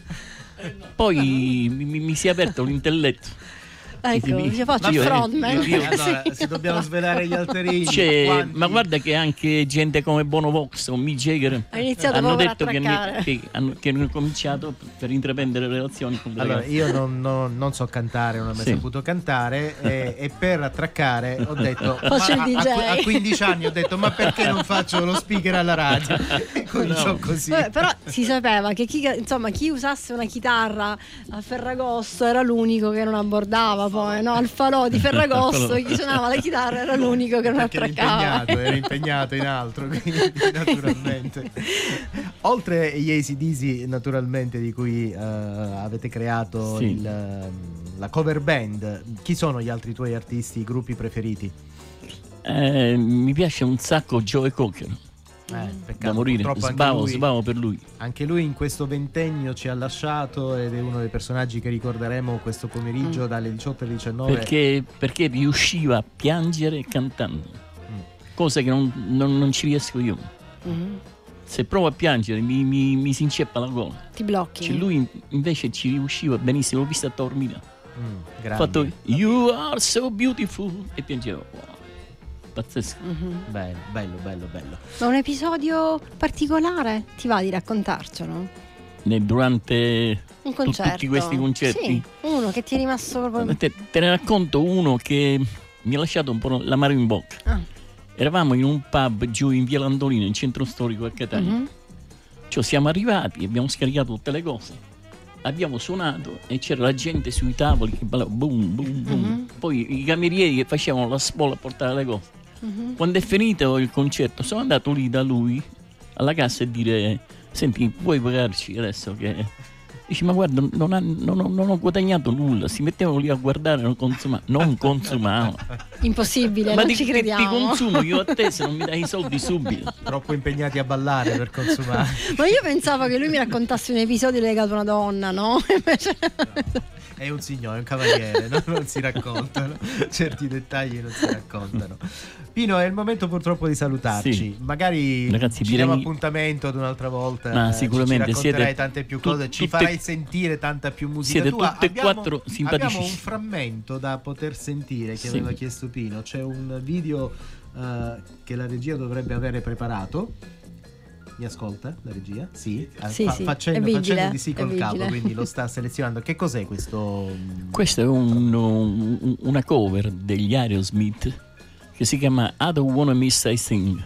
Poi mi, mi- mi si è aperto l'intelletto. Ecco, Io- io faccio il io- frontman. io- Allora, se dobbiamo svelare gli alterini, C'è- quanti- ma guarda che anche gente come Bono Vox o Mick Jagger Ha iniziato hanno proprio a detto che, traccare. che hanno, che hanno cominciato per intraprendere relazioni con le Allora, ragazze. io non, non- non so cantare, non ho mai Sì. saputo cantare e, e per attraccare ho detto Faccio ma il a, D J. a- a quindici anni ho detto ma perché non faccio lo speaker alla radio? E cominciò No. così. Vabbè, però si sapeva che chi, insomma, chi usasse una chitarra a Ferragosto era l'unico che non abbordava poi, no? Al falò di Ferragosto chi suonava la chitarra era l'unico che non Perché era attraccava. impegnato, era impegnato in altro, quindi naturalmente. Oltre gli A C D C, naturalmente, di cui eh, avete creato Sì. il, ehm, la cover band, chi sono gli altri tuoi artisti, i gruppi preferiti? Eh, mi piace un sacco Joe Cocker, Eh, peccato, da morire, purtroppo anche sbavo, lui- sbavo per lui. Anche lui in questo ventennio ci ha lasciato ed è uno dei personaggi che ricorderemo questo pomeriggio dalle diciotto alle diciannove. Perché, perché riusciva a piangere cantando, cosa che non, non- non ci riesco io. Mhm. Se provo a piangere mi, mi- mi si inceppa la gola. Ti blocchi. Cioè, lui invece ci riusciva benissimo, l'ho visto a Taormina. Mm, Ha grande. fatto You are so beautiful e piangeva. Wow. Pazzesco. Mhm. Bello, bello, bello, bello. Ma un episodio particolare ti va di raccontarcelo? Nel- durante Un tu- concerto? tutti questi concerti Sì, uno che ti è rimasto proprio... te, te ne racconto uno che mi ha lasciato un po' l'amaro in bocca. Ah. Eravamo in un pub giù in via Landolino, in centro storico a Catania. Mhm. Cioè, siamo arrivati, abbiamo scaricato tutte le cose, abbiamo suonato e c'era la gente sui tavoli che ballava boom, boom, boom. Mhm. Poi i camerieri che facevano la spola a portare le cose. Mhm. Quando è finito il concerto sono andato lì da lui alla cassa e dire: senti, puoi pagarci adesso che Dice, ma guarda, non, ha, non, ho, non ho guadagnato nulla, si mettevano lì a guardare, non consumavano. Non consumavano. Impossibile, ma non di, ci ti, crediamo. ti consumo io a te se non mi dai i soldi subito. Troppo impegnati a ballare per consumare. Ma io pensavo che lui mi raccontasse un episodio legato a una donna, no? Invece... no. È un signore, è un cavaliere, no? Non si raccontano certi dettagli, non si raccontano. Pino, è il momento purtroppo di salutarci. Sì. Magari Ragazzi, ci diamo direi... appuntamento ad un'altra volta. Ma sicuramente ci racconterai siete tante più tu, cose, ci tutte... farai sentire tanta più musica. Siete tua. tutte e abbiamo, quattro abbiamo simpaticissime. un frammento da poter sentire che sì. aveva chiesto Pino. C'è un video uh, che la regia dovrebbe avere preparato. Mi ascolta la regia? Sì, sì, Fa- sì. Facendo, facendo di sì col vigile. capo, quindi lo sta selezionando. Che cos'è questo? Questo è un, un, una cover degli Aerosmith che si chiama I Don't Wanna Miss a Thing.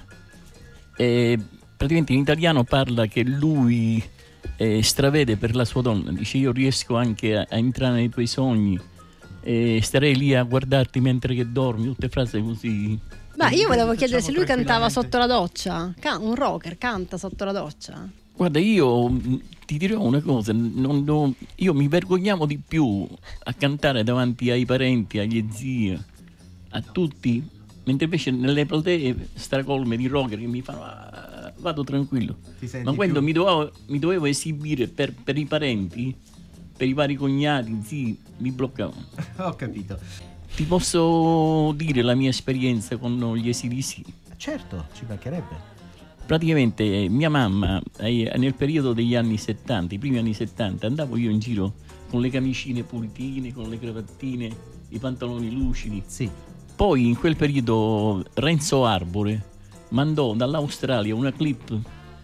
E praticamente in italiano parla che lui eh, stravede per la sua donna, dice io riesco anche a, a entrare nei tuoi sogni e starei lì a guardarti mentre che dormi, tutte frasi così. Ma io volevo chiedere se lui cantava sotto la doccia. Can- un rocker canta sotto la doccia? Guarda, io ti dirò una cosa, non, non, io mi vergognavo di più a cantare davanti ai parenti, agli zii, a tutti, mentre invece nelle platee stracolme di rocker che mi fanno ah, vado tranquillo. Ma quando mi dovevo, mi dovevo esibire per, per i parenti, per i vari cognati, zii, mi bloccavano. Ho capito. Ti posso dire la mia esperienza con gli A C D C? Certo, ci mancherebbe. Praticamente mia mamma eh, nel periodo degli anni settanta, i primi anni settanta, andavo io in giro con le camicine pulitine, con le cravattine, i pantaloni lucidi. Sì. Poi in quel periodo Renzo Arbore mandò dall'Australia una clip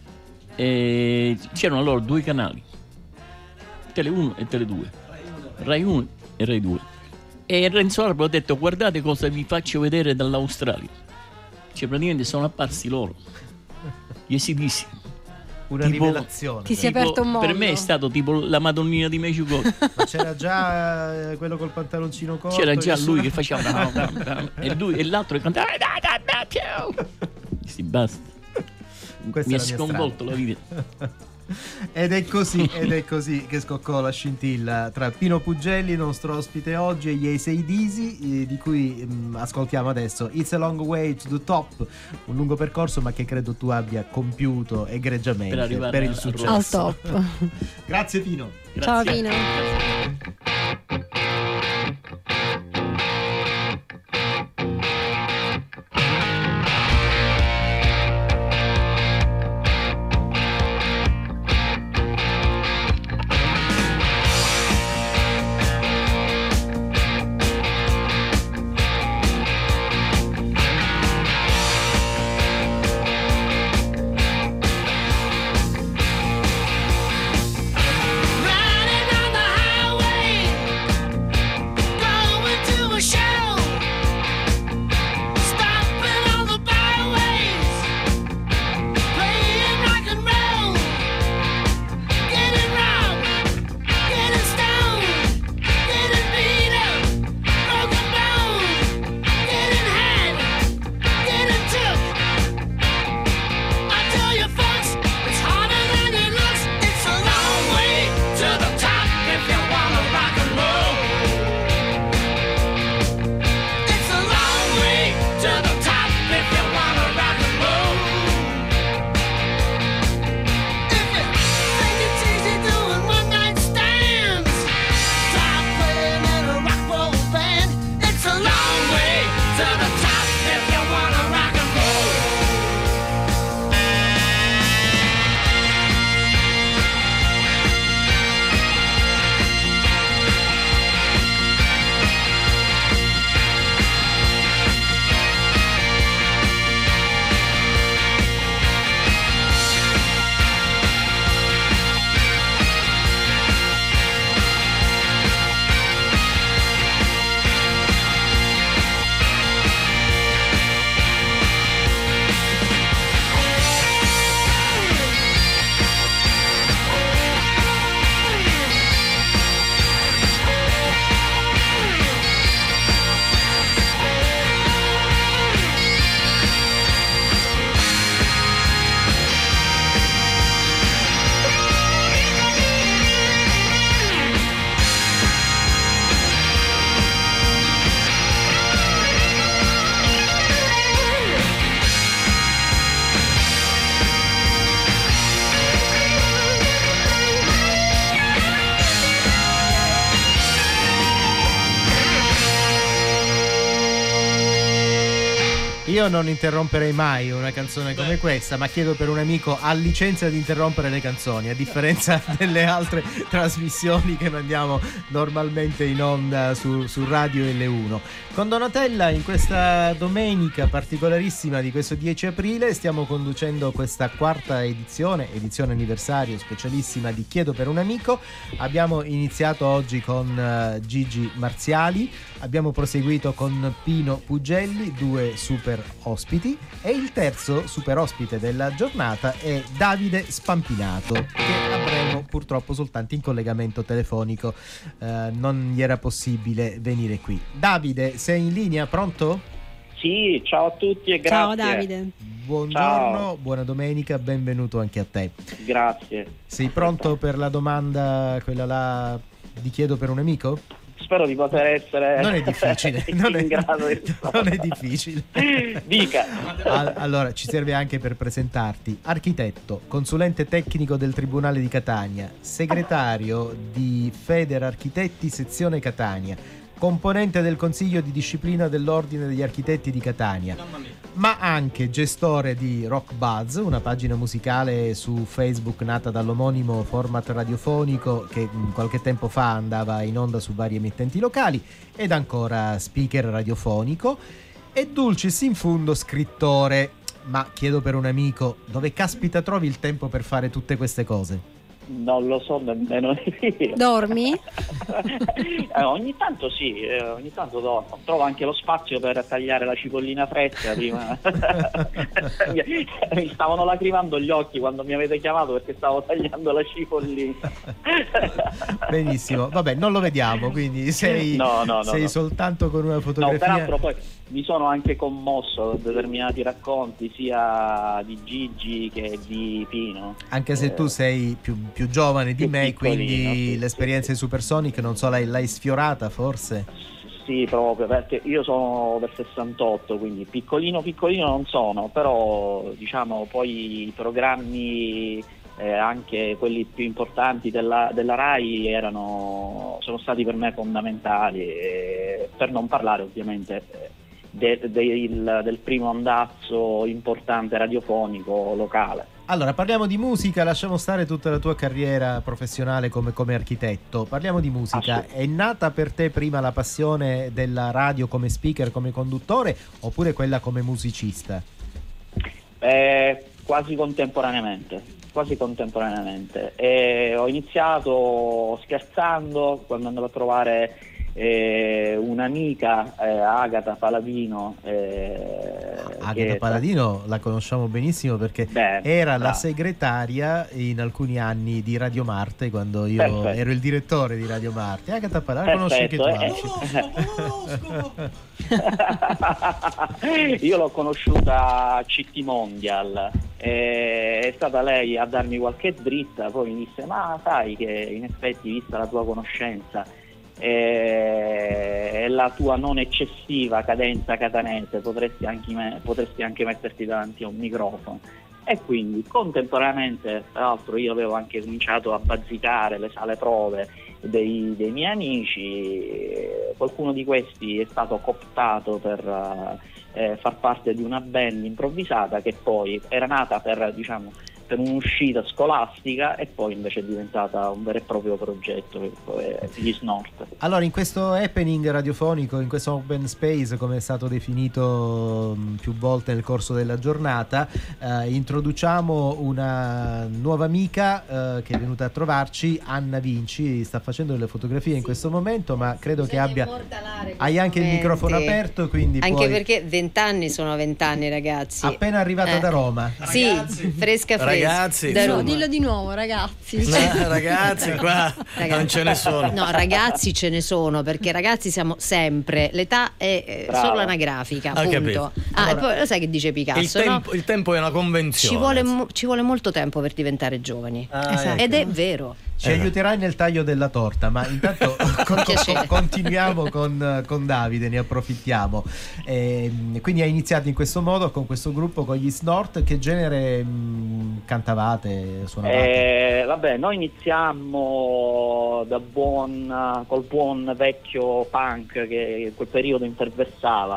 e c'erano allora due canali, Tele uno e Tele due, Rai uno e Rai due. E Renzo Arbore ha detto guardate cosa vi faccio vedere dall'Australia. Cioè praticamente sono apparsi loro, gli A C D C. Una tipo, rivelazione. Ti si è aperto un mondo. Per me è stato tipo la Madonnina di Medjugorje. Ma c'era già eh, quello col pantaloncino corto. C'era già lui che faceva e lui e l'altro che cantava si basta. Questa mi è ha la mia sconvolto strada. la vita. Ed è così, ed è così che scoccò la scintilla tra Pino Puggelli, nostro ospite oggi, e gli A C D C, eh, di cui mh, ascoltiamo adesso It's a Long Way to the Top, un lungo percorso ma che credo tu abbia compiuto egregiamente per, per, per il successo. Al top. Grazie Pino. Grazie. Ciao Pino. Riding on the highway. io non interromperei mai una canzone come questa, ma chiedo per un amico ha licenza di interrompere le canzoni, a differenza delle altre trasmissioni che mandiamo normalmente in onda su, su Radio L uno. Con Donatella in questa domenica particolarissima di questo dieci aprile stiamo conducendo questa quarta edizione, edizione anniversario specialissima di Chiedo per un amico. Abbiamo iniziato oggi con uh, Gigi Marziali, abbiamo proseguito con Pino Pugelli, due super ospiti, e il terzo super ospite della giornata è Davide Spampinato, che avremo purtroppo soltanto in collegamento telefonico, uh, non gli era possibile venire qui. Davide, sei in linea? Pronto? Sì, ciao a tutti e grazie. Ciao Davide. Buongiorno, Ciao. Buona domenica, benvenuto anche a te. Grazie. Sei pronto per la domanda, quella là di Chiedo per un amico? Spero di poter essere Non è difficile, in non è, grado di... non è difficile. Dica. Al- Allora, ci serve anche per presentarti. Architetto, consulente tecnico del Tribunale di Catania, segretario di Feder Architetti sezione Catania, componente del Consiglio di Disciplina dell'Ordine degli Architetti di Catania, ma anche gestore di Rock Buzz, una pagina musicale su Facebook nata dall'omonimo format radiofonico che qualche tempo fa andava in onda su varie emittenti locali, ed ancora speaker radiofonico e dulcis in fundo scrittore. Ma chiedo per un amico, dove caspita trovi il tempo per fare tutte queste cose? Non lo so nemmeno io. Dormi? Eh, ogni tanto sì, eh, ogni tanto dormo. Trovo anche lo spazio per tagliare la cipollina fresca prima. Mi stavano lacrimando gli occhi quando mi avete chiamato perché stavo tagliando la cipollina. Benissimo, vabbè, non lo vediamo, quindi sei, no, no, no, sei no. soltanto con una fotografia. No, peraltro poi mi sono anche commosso da determinati racconti sia di Gigi che di Pino. Anche se eh, tu sei più, più giovane di più me, piccolino, quindi sì, l'esperienza di Supersonic non so, l'hai, l'hai sfiorata forse? Sì, proprio perché io sono del sessantotto, quindi piccolino piccolino non sono, però diciamo poi i programmi eh, anche quelli più importanti della, della Rai erano, sono stati per me fondamentali, eh, per non parlare ovviamente eh, de, de, il, del primo andazzo importante radiofonico locale. Allora, parliamo di musica, lasciamo stare tutta la tua carriera professionale come, come architetto, parliamo di musica. È nata per te prima la passione della radio come speaker, come conduttore, oppure quella come musicista? Eh, quasi contemporaneamente, quasi contemporaneamente. E ho iniziato scherzando quando andavo a trovare eh, un'amica, eh, Agata Paladino. Eh, Agata che... Paladino la conosciamo benissimo perché Beh, era bravo. la segretaria in alcuni anni di Radio Marte, quando io Perfetto. ero il direttore di Radio Marte. Agata Paladino, la conosci anche tu? Eh, io l'ho conosciuta a C T Mondial, eh, è stata lei a darmi qualche dritta, poi mi disse ma sai che in effetti vista la tua conoscenza e la tua non eccessiva cadenza catanese potresti anche, me, potresti anche metterti davanti a un microfono. E quindi contemporaneamente, tra l'altro, io avevo anche cominciato a bazzicare le sale prove dei, dei miei amici. Qualcuno di questi è stato cooptato per eh, far parte di una band improvvisata che poi era nata per, diciamo, per un'uscita scolastica e poi invece è diventata un vero e proprio progetto, che poi è gli Snort. Allora, in questo happening radiofonico, in questo open space, come è stato definito mh, più volte nel corso della giornata, eh, introduciamo una nuova amica eh, che è venuta a trovarci, Anna Vinci. Sta facendo delle fotografie in questo momento, ma credo che abbia... Hai anche il microfono aperto, quindi anche puoi... perché vent'anni sono vent'anni, ragazzi. Appena arrivata Eh. da Roma. Sì, fresca fresca. Ragazzi, Da No, Roma. dillo di nuovo, ragazzi. Eh, ragazzi, qua Ragazzi. non ce ne sono. No, ragazzi ce ne sono, perché ragazzi siamo sempre. L'età è eh, Brava. solo anagrafica, Ho punto. capito. Ah, Allora, e poi lo sai che dice Il Picasso, tempo, no? il tempo è una convenzione. Ci vuole, mo- ci vuole molto tempo per diventare giovani. Ah, ecco. Ed è vero. Ci aiuterai nel taglio della torta, ma intanto con- con- continuiamo con, con Davide, ne approfittiamo. E, quindi hai iniziato in questo modo, con questo gruppo, con gli Snort. Che genere mh, cantavate, suonavate? Eh, vabbè, noi iniziammo da buon, col buon vecchio punk che in quel periodo interversava,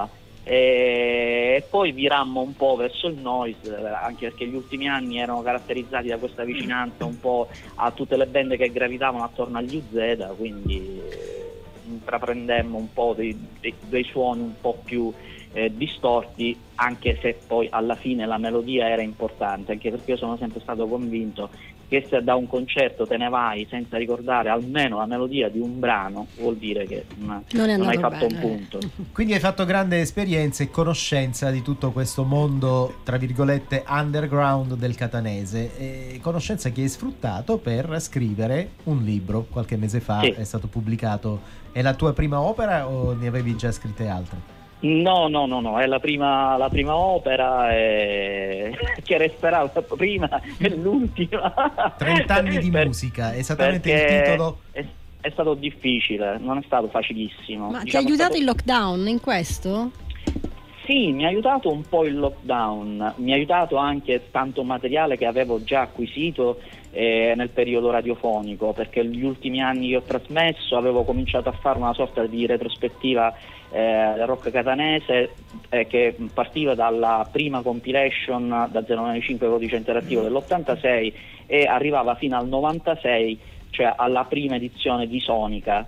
e poi virammo un po' verso il noise, anche perché gli ultimi anni erano caratterizzati da questa vicinanza un po' a tutte le band che gravitavano attorno agli U Z, quindi intraprendemmo un po' dei, dei, dei suoni un po' più eh, distorti, anche se poi alla fine la melodia era importante, anche perché io sono sempre stato convinto che se da un concerto te ne vai senza ricordare almeno la melodia di un brano, vuol dire che non, non, è non hai fatto bene. un punto. Quindi hai fatto grande esperienza e conoscenza di tutto questo mondo, tra virgolette, underground del catanese, e conoscenza che hai sfruttato per scrivere un libro. Qualche mese fa Sì. è stato pubblicato. È la tua prima opera o ne avevi già scritte altre? No, no, no, no, è la prima, la prima opera e... che resterà la prima e l'ultima. trent'anni di Per- musica, esattamente il perché titolo. È, è stato difficile, non è stato facilissimo. Ma ti ha Diciamo, è aiutato stato- il lockdown in questo? Sì, mi ha aiutato un po' il lockdown, mi ha aiutato anche tanto materiale che avevo già acquisito eh, nel periodo radiofonico, perché gli ultimi anni che ho trasmesso avevo cominciato a fare una sorta di retrospettiva eh, del rock catanese eh, che partiva dalla prima compilation da zero nove cinque Codice Interattivo dell'ottantasei e arrivava fino al novantasei, cioè alla prima edizione di Sonica.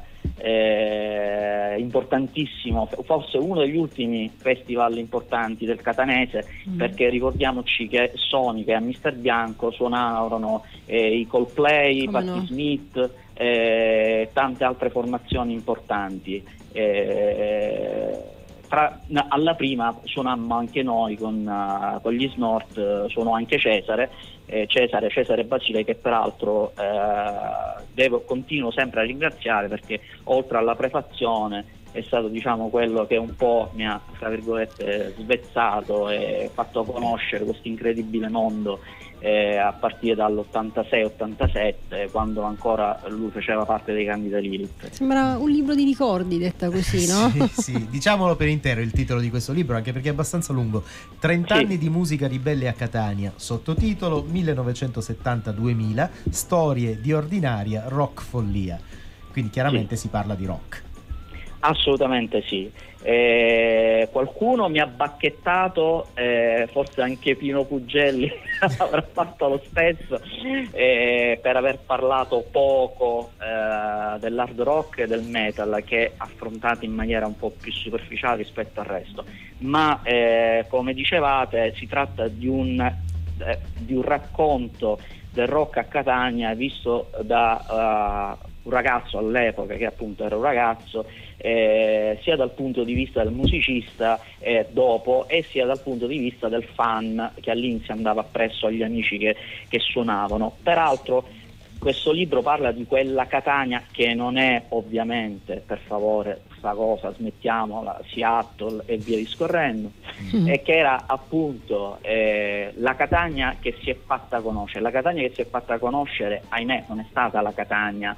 Eh, importantissimo, forse uno degli ultimi festival importanti del catanese, Mm. perché ricordiamoci che Sonica e a Mister Bianco suonarono eh, i Coldplay, Come Patti no? Smith e eh, tante altre formazioni importanti. Eh, tra- na- alla prima suonammo anche noi con, uh, con gli Snort, uh, suonò anche Cesare eh, Cesare, Cesare Basile, che peraltro eh, devo, continuo sempre a ringraziare, perché oltre alla prefazione è stato, diciamo, quello che un po' mi ha, tra virgolette, svezzato e fatto conoscere questo incredibile mondo eh, a partire dall'ottantasei ottantasette, quando ancora lui faceva parte dei Candida Lilith. Sembra un libro di ricordi, detta così, no? Sì, sì, diciamolo per intero il titolo di questo libro, anche perché è abbastanza lungo. trenta Sì. anni di musica ribelle a Catania, sottotitolo millenovecentosettanta duemila, storie di ordinaria rock follia. Quindi chiaramente si parla di rock. Assolutamente sì. Eh, qualcuno mi ha bacchettato, eh, forse anche Pino Pugelli avrà fatto lo stesso, eh, per aver parlato poco eh, dell'hard rock e del metal, che affrontati in maniera un po' più superficiale rispetto al resto. Ma eh, come dicevate, si tratta di un, eh, di un racconto del rock a Catania visto da uh, un ragazzo all'epoca, che appunto era un ragazzo, eh, sia dal punto di vista del musicista eh, dopo, e sia dal punto di vista del fan che all'inizio andava appresso agli amici che, che suonavano. Peraltro questo libro parla di quella Catania che non è, ovviamente, per favore, sta cosa smettiamola, Seattle e via discorrendo, Mm. e che era appunto eh, la Catania che si è fatta conoscere. La Catania che si è fatta conoscere, ahimè, non è stata la Catania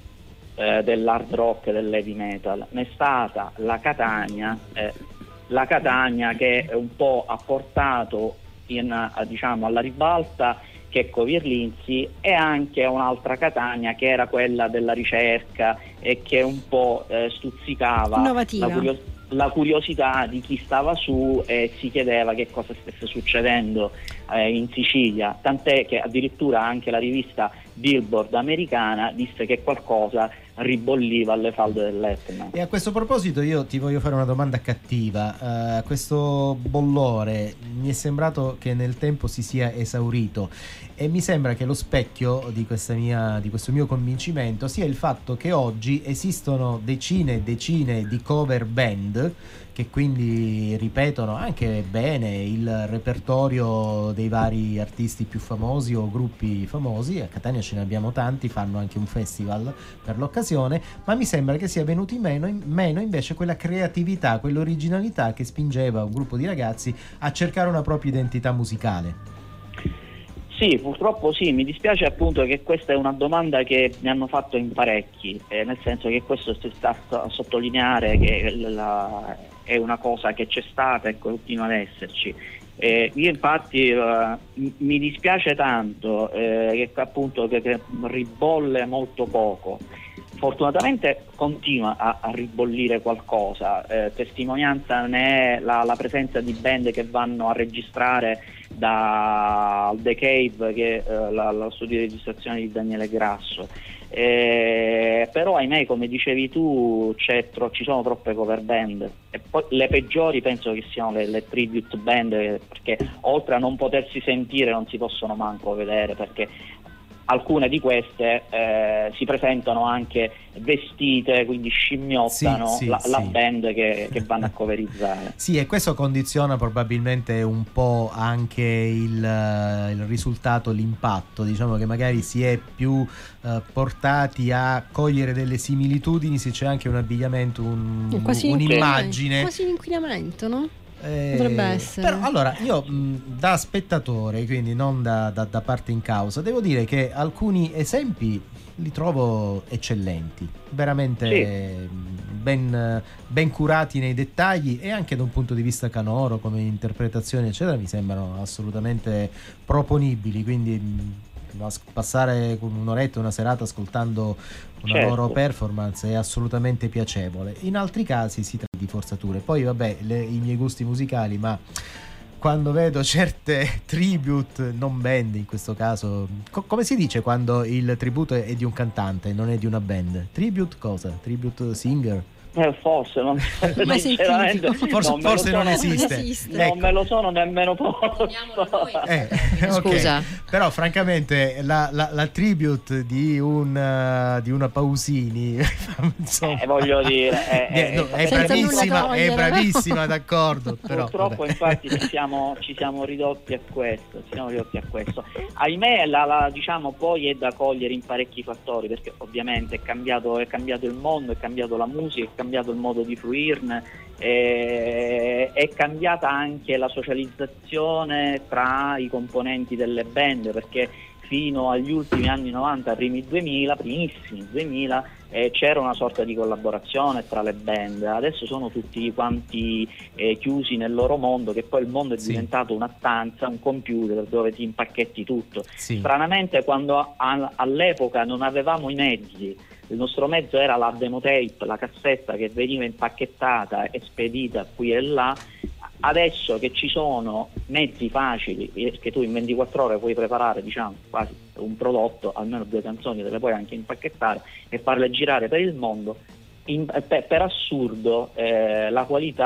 eh, dell'hard rock e dell'heavy metal, ma è stata la Catania, eh, la Catania che un po' ha portato in, a, diciamo, alla ribalta Checco Virlinzi, e anche un'altra Catania che era quella della ricerca e che un po' eh, stuzzicava Innovativa. la, curio- la curiosità di chi stava su e si chiedeva che cosa stesse succedendo eh, in Sicilia, tant'è che addirittura anche la rivista Billboard americana disse che qualcosa ribolliva alle falde dell'Etna. E a questo proposito io ti voglio fare una domanda cattiva. Uh, questo bollore mi è sembrato che nel tempo si sia esaurito, e mi sembra che lo specchio di, questa mia, di questo mio convincimento sia il fatto che oggi esistono decine e decine di cover band che quindi ripetono anche bene il repertorio dei vari artisti più famosi o gruppi famosi. A Catania ce ne abbiamo tanti, fanno anche un festival per l'occasione, ma mi sembra che sia venuti meno, meno invece quella creatività, quell'originalità che spingeva un gruppo di ragazzi a cercare una propria identità musicale. Sì, purtroppo sì, mi dispiace appunto che questa è una domanda che mi hanno fatto in parecchi, eh, nel senso che questo si sta a sottolineare che la, è una cosa che c'è stata e continua ad esserci. Eh, io infatti eh, mi dispiace tanto eh, che appunto che, che ribolle molto poco. Fortunatamente continua a, a ribollire qualcosa, eh, testimonianza ne è la, la presenza di band che vanno a registrare da The Cave, che è eh, la, lo studio di registrazione di Daniele Grasso. Eh, però ahimè, come dicevi tu, c'è tro- ci sono troppe cover band, e poi le peggiori penso che siano le, le tribute band, perché oltre a non potersi sentire non si possono manco vedere, perché alcune di queste eh, si presentano anche vestite, quindi scimmiottano Sì, sì, la, la sì. band che, che vanno a coverizzare. Sì, e questo condiziona probabilmente un po' anche il, il risultato, l'impatto. Diciamo che magari si è più eh, portati a cogliere delle similitudini se c'è anche un abbigliamento, un, Quasi un'immagine. Quasi un inquinamento, no? Eh, Potrebbe essere. Però allora io mh, da spettatore, quindi non da, da, da parte in causa, devo dire che alcuni esempi li trovo eccellenti, veramente Sì. ben, ben curati nei dettagli, e anche da un punto di vista canoro, come interpretazione eccetera, mi sembrano assolutamente proponibili. Quindi mh, as- passare un'oretta, una serata ascoltando una Certo. loro performance è assolutamente piacevole. In altri casi si tratta di forzature. Poi vabbè, le- i miei gusti musicali, ma quando vedo certe tribute, non band in questo caso, co- come si dice quando il tributo è di un cantante, non è di una band? Tribute cosa? Tribute singer? Eh, forse non, Mai sinceramente sentito. Forse- non me lo forse non sono- esiste. Non esiste. non Ecco. me lo sono nemmeno posto. Eh, ok. Scusa. Però francamente la, la, la tribute di, un, uh, di una Pausini insomma, Eh, voglio dire, eh, eh, no, eh, è Senza bravissima, nulla è togliere. bravissima, d'accordo, però Purtroppo vabbè. infatti ci siamo, ci siamo ridotti a questo, ci siamo ridotti a questo. Ahimè, la, la, diciamo, poi è da cogliere in parecchi fattori, perché ovviamente è cambiato, è cambiato il mondo, è cambiato la musica, è cambiato il modo di fruirne, eh, è cambiata anche la socializzazione tra i componenti delle band, perché fino agli ultimi anni novanta, primi duemila, primissimi duemila, eh, c'era una sorta di collaborazione tra le band. Adesso sono tutti quanti eh, chiusi nel loro mondo, che poi il mondo è Sì. diventato una stanza, un computer dove ti impacchetti tutto. Sì. Stranamente, quando a- a- all'epoca non avevamo i mezzi, il nostro mezzo era la demotape, la cassetta che veniva impacchettata e spedita qui e là. Adesso che ci sono mezzi facili, che tu in ventiquattro ore puoi preparare, diciamo, quasi un prodotto, almeno due canzoni te le puoi anche impacchettare e farle girare per il mondo, in- per, per assurdo eh, la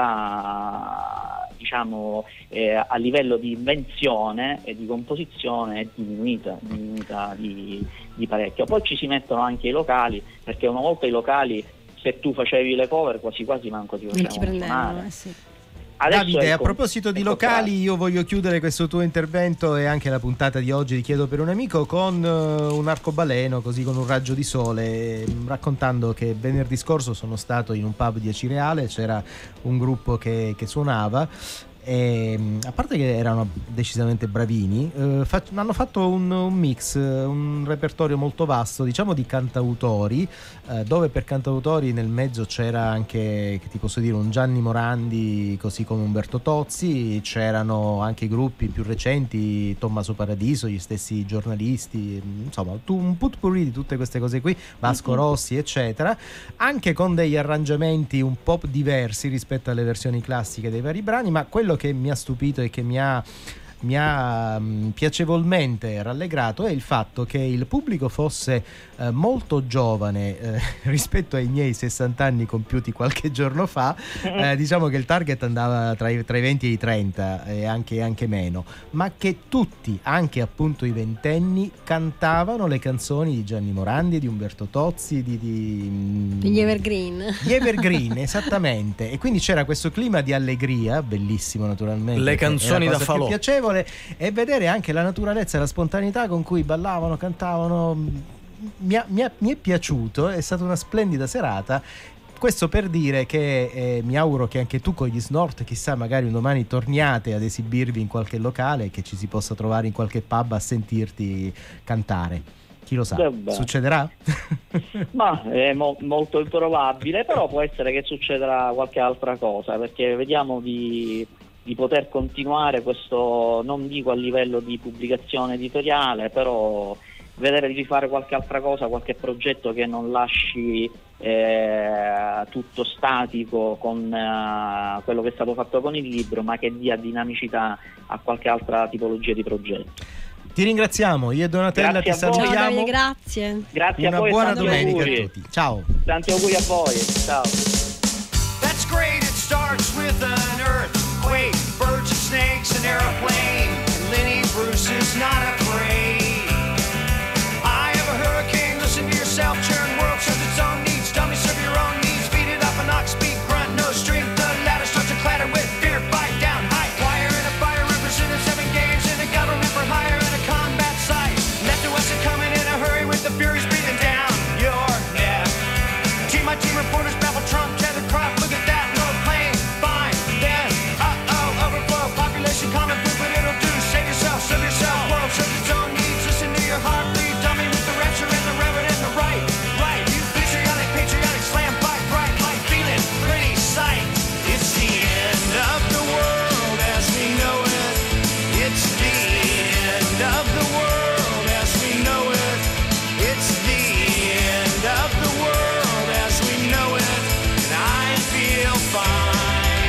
qualità, diciamo, eh, a livello di invenzione e di composizione è diminuita, diminuita di, di parecchio. Poi ci si mettono anche i locali, perché una volta i locali, se tu facevi le cover, quasi quasi manco ti Non ti facevano prendevano, suonare. eh sì. Adesso Davide, è a com- proposito di è locali, contrario. io voglio chiudere questo tuo intervento e anche la puntata di oggi di Chiedo per un amico con eh, un arcobaleno, così con un raggio di sole, eh, raccontando che venerdì scorso sono stato in un pub di Acireale, c'era un gruppo che, che suonava. E, a parte che erano decisamente bravini, eh, fa- hanno fatto un, un mix, un repertorio molto vasto, diciamo, di cantautori, eh, dove per cantautori nel mezzo c'era anche, che ti posso dire, un Gianni Morandi, così come Umberto Tozzi, c'erano anche gruppi più recenti, Tommaso Paradiso, gli stessi giornalisti, insomma tu- un putpurri di tutte queste cose qui, Vasco Mhm. Rossi eccetera, anche con degli arrangiamenti un po' diversi rispetto alle versioni classiche dei vari brani. Ma quello che mi ha stupito e che mi ha mi ha mh, piacevolmente rallegrato è il fatto che il pubblico fosse eh, molto giovane eh, rispetto ai miei sessanta anni compiuti qualche giorno fa. Eh, diciamo che il target andava tra i, tra i venti e i trenta e anche, anche meno, ma che tutti, anche appunto i ventenni, cantavano le canzoni di Gianni Morandi, di Umberto Tozzi, di, di, mh, Gli Evergreen. gli Evergreen, esattamente. E quindi c'era questo clima di allegria, bellissimo naturalmente. Le che è la canzoni da cosa più falò. piacevole, e vedere anche la naturalezza e la spontaneità con cui ballavano, cantavano. Mi, ha- mi ha- mi è piaciuto, è stata una splendida serata. Questo per dire che eh, mi auguro che anche tu con gli Snort, chissà, magari un domani torniate ad esibirvi in qualche locale, che ci si possa trovare in qualche pub a sentirti cantare. Chi lo sa, Vabbè. succederà? Ma è mo- molto improbabile, però può essere che succederà qualche altra cosa, perché vediamo di, di poter continuare questo, non dico a livello di pubblicazione editoriale, però vedere di fare qualche altra cosa, qualche progetto che non lasci eh, tutto statico con eh, quello che è stato fatto con il libro, ma che dia dinamicità a qualche altra tipologia di progetto. Ti ringraziamo, io e Donatella Grazie ti a voi. Ciao salutiamo. Davide, grazie. Grazie Una a voi, buona tanti domenica auguri. a tutti. Ciao. Tanti auguri a voi. Ciao. That's great, it starts with an earthquake, birds and snakes, an airplane. Lenny Bruce is not afraid. I have a hurricane, listen to yourself, churn world serves its own needs. Dummy, serve your own needs, beat it up, an ox, speak, grunt, no strength. The ladder starts to clatter with fear, fight down, high wire in a fire, representing seven games in a government for hire in a combat site. Left to west and coming in a hurry with the furies breathing down your neck. Team my team reporters baffle Trump, tethered crop, look at that, no plane, fine, then, uh-oh, overflow, population common food, but it'll do, save yourself, serve yourself, world serves its own needs, listen to your heart bleed, dummy with the rapture and the reverend and the right, right, you patriotic, patriotic, slam, fight, bright, light, feeling, pretty sight, it's the end of the world as we know it, it's the end of the world as we know it, it's the end of the world as we know it, and I feel fine.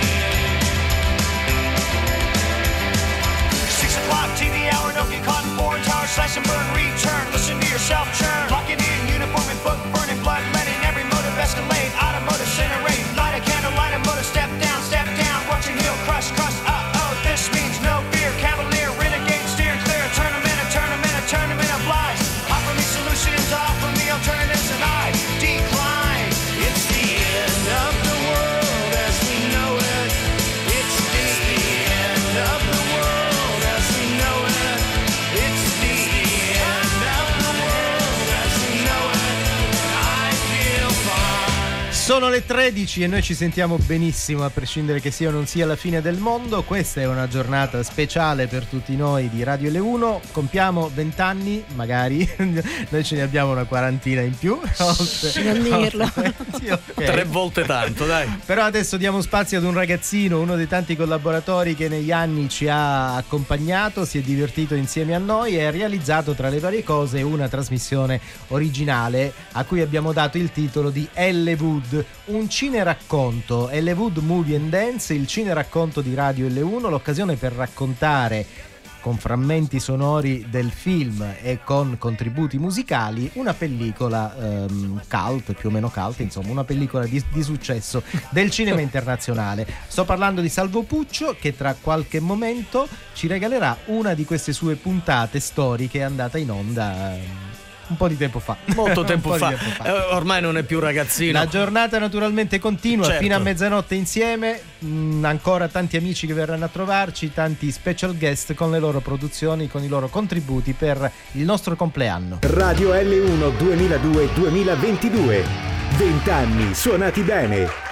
Six o'clock T V hour, no get caught in foreign tower, slash and burn, return, listen to yourself churn, locking in, uniform and book, burning blood, letting every motive escalate, automotive incinerate, light a candle, light a motor, step down, step down, watch your heel crush, crush, uh-oh, this means no fear, cavalier, renegade, steer clear, a tournament, a tournament, a tournament of lies, offer me solutions, offer me alternatives, and I decline, it's the end of the world as we know it, it's the end of the world as we know it, it's the end of the world as we know it, and I feel fine. Sono le tredici e noi ci sentiamo benissimo, a prescindere che sia o non sia la fine del mondo. Questa è una giornata speciale per tutti noi di Radio L uno. Compiamo vent'anni, magari noi ce ne abbiamo una quarantina in più. Non dirlo. Sì, ok. Tre volte tanto, dai. Però adesso diamo spazio ad un ragazzino, uno dei tanti collaboratori che negli anni ci ha accompagnato, si è divertito insieme a noi e ha realizzato tra le varie cose una trasmissione originale a cui abbiamo dato il titolo di Hollywood, un cineracconto, Hollywood Movie and Dance, il cineracconto di Radio L uno, l'occasione per raccontare con frammenti sonori del film e con contributi musicali una pellicola ehm, cult, più o meno cult, insomma una pellicola di, di successo del cinema internazionale. Sto parlando di Salvo Puccio, che tra qualche momento ci regalerà una di queste sue puntate storiche andata in onda ehm, un po' di tempo fa. Molto tempo, Un po' fa. di tempo fa. Eh, ormai non è più ragazzino. La giornata naturalmente continua, Certo. fino a mezzanotte insieme. Mm, ancora tanti amici che verranno a trovarci, tanti special guest con le loro produzioni, con i loro contributi per il nostro compleanno. Radio L uno duemiladue duemilaventidue. venti anni suonati bene.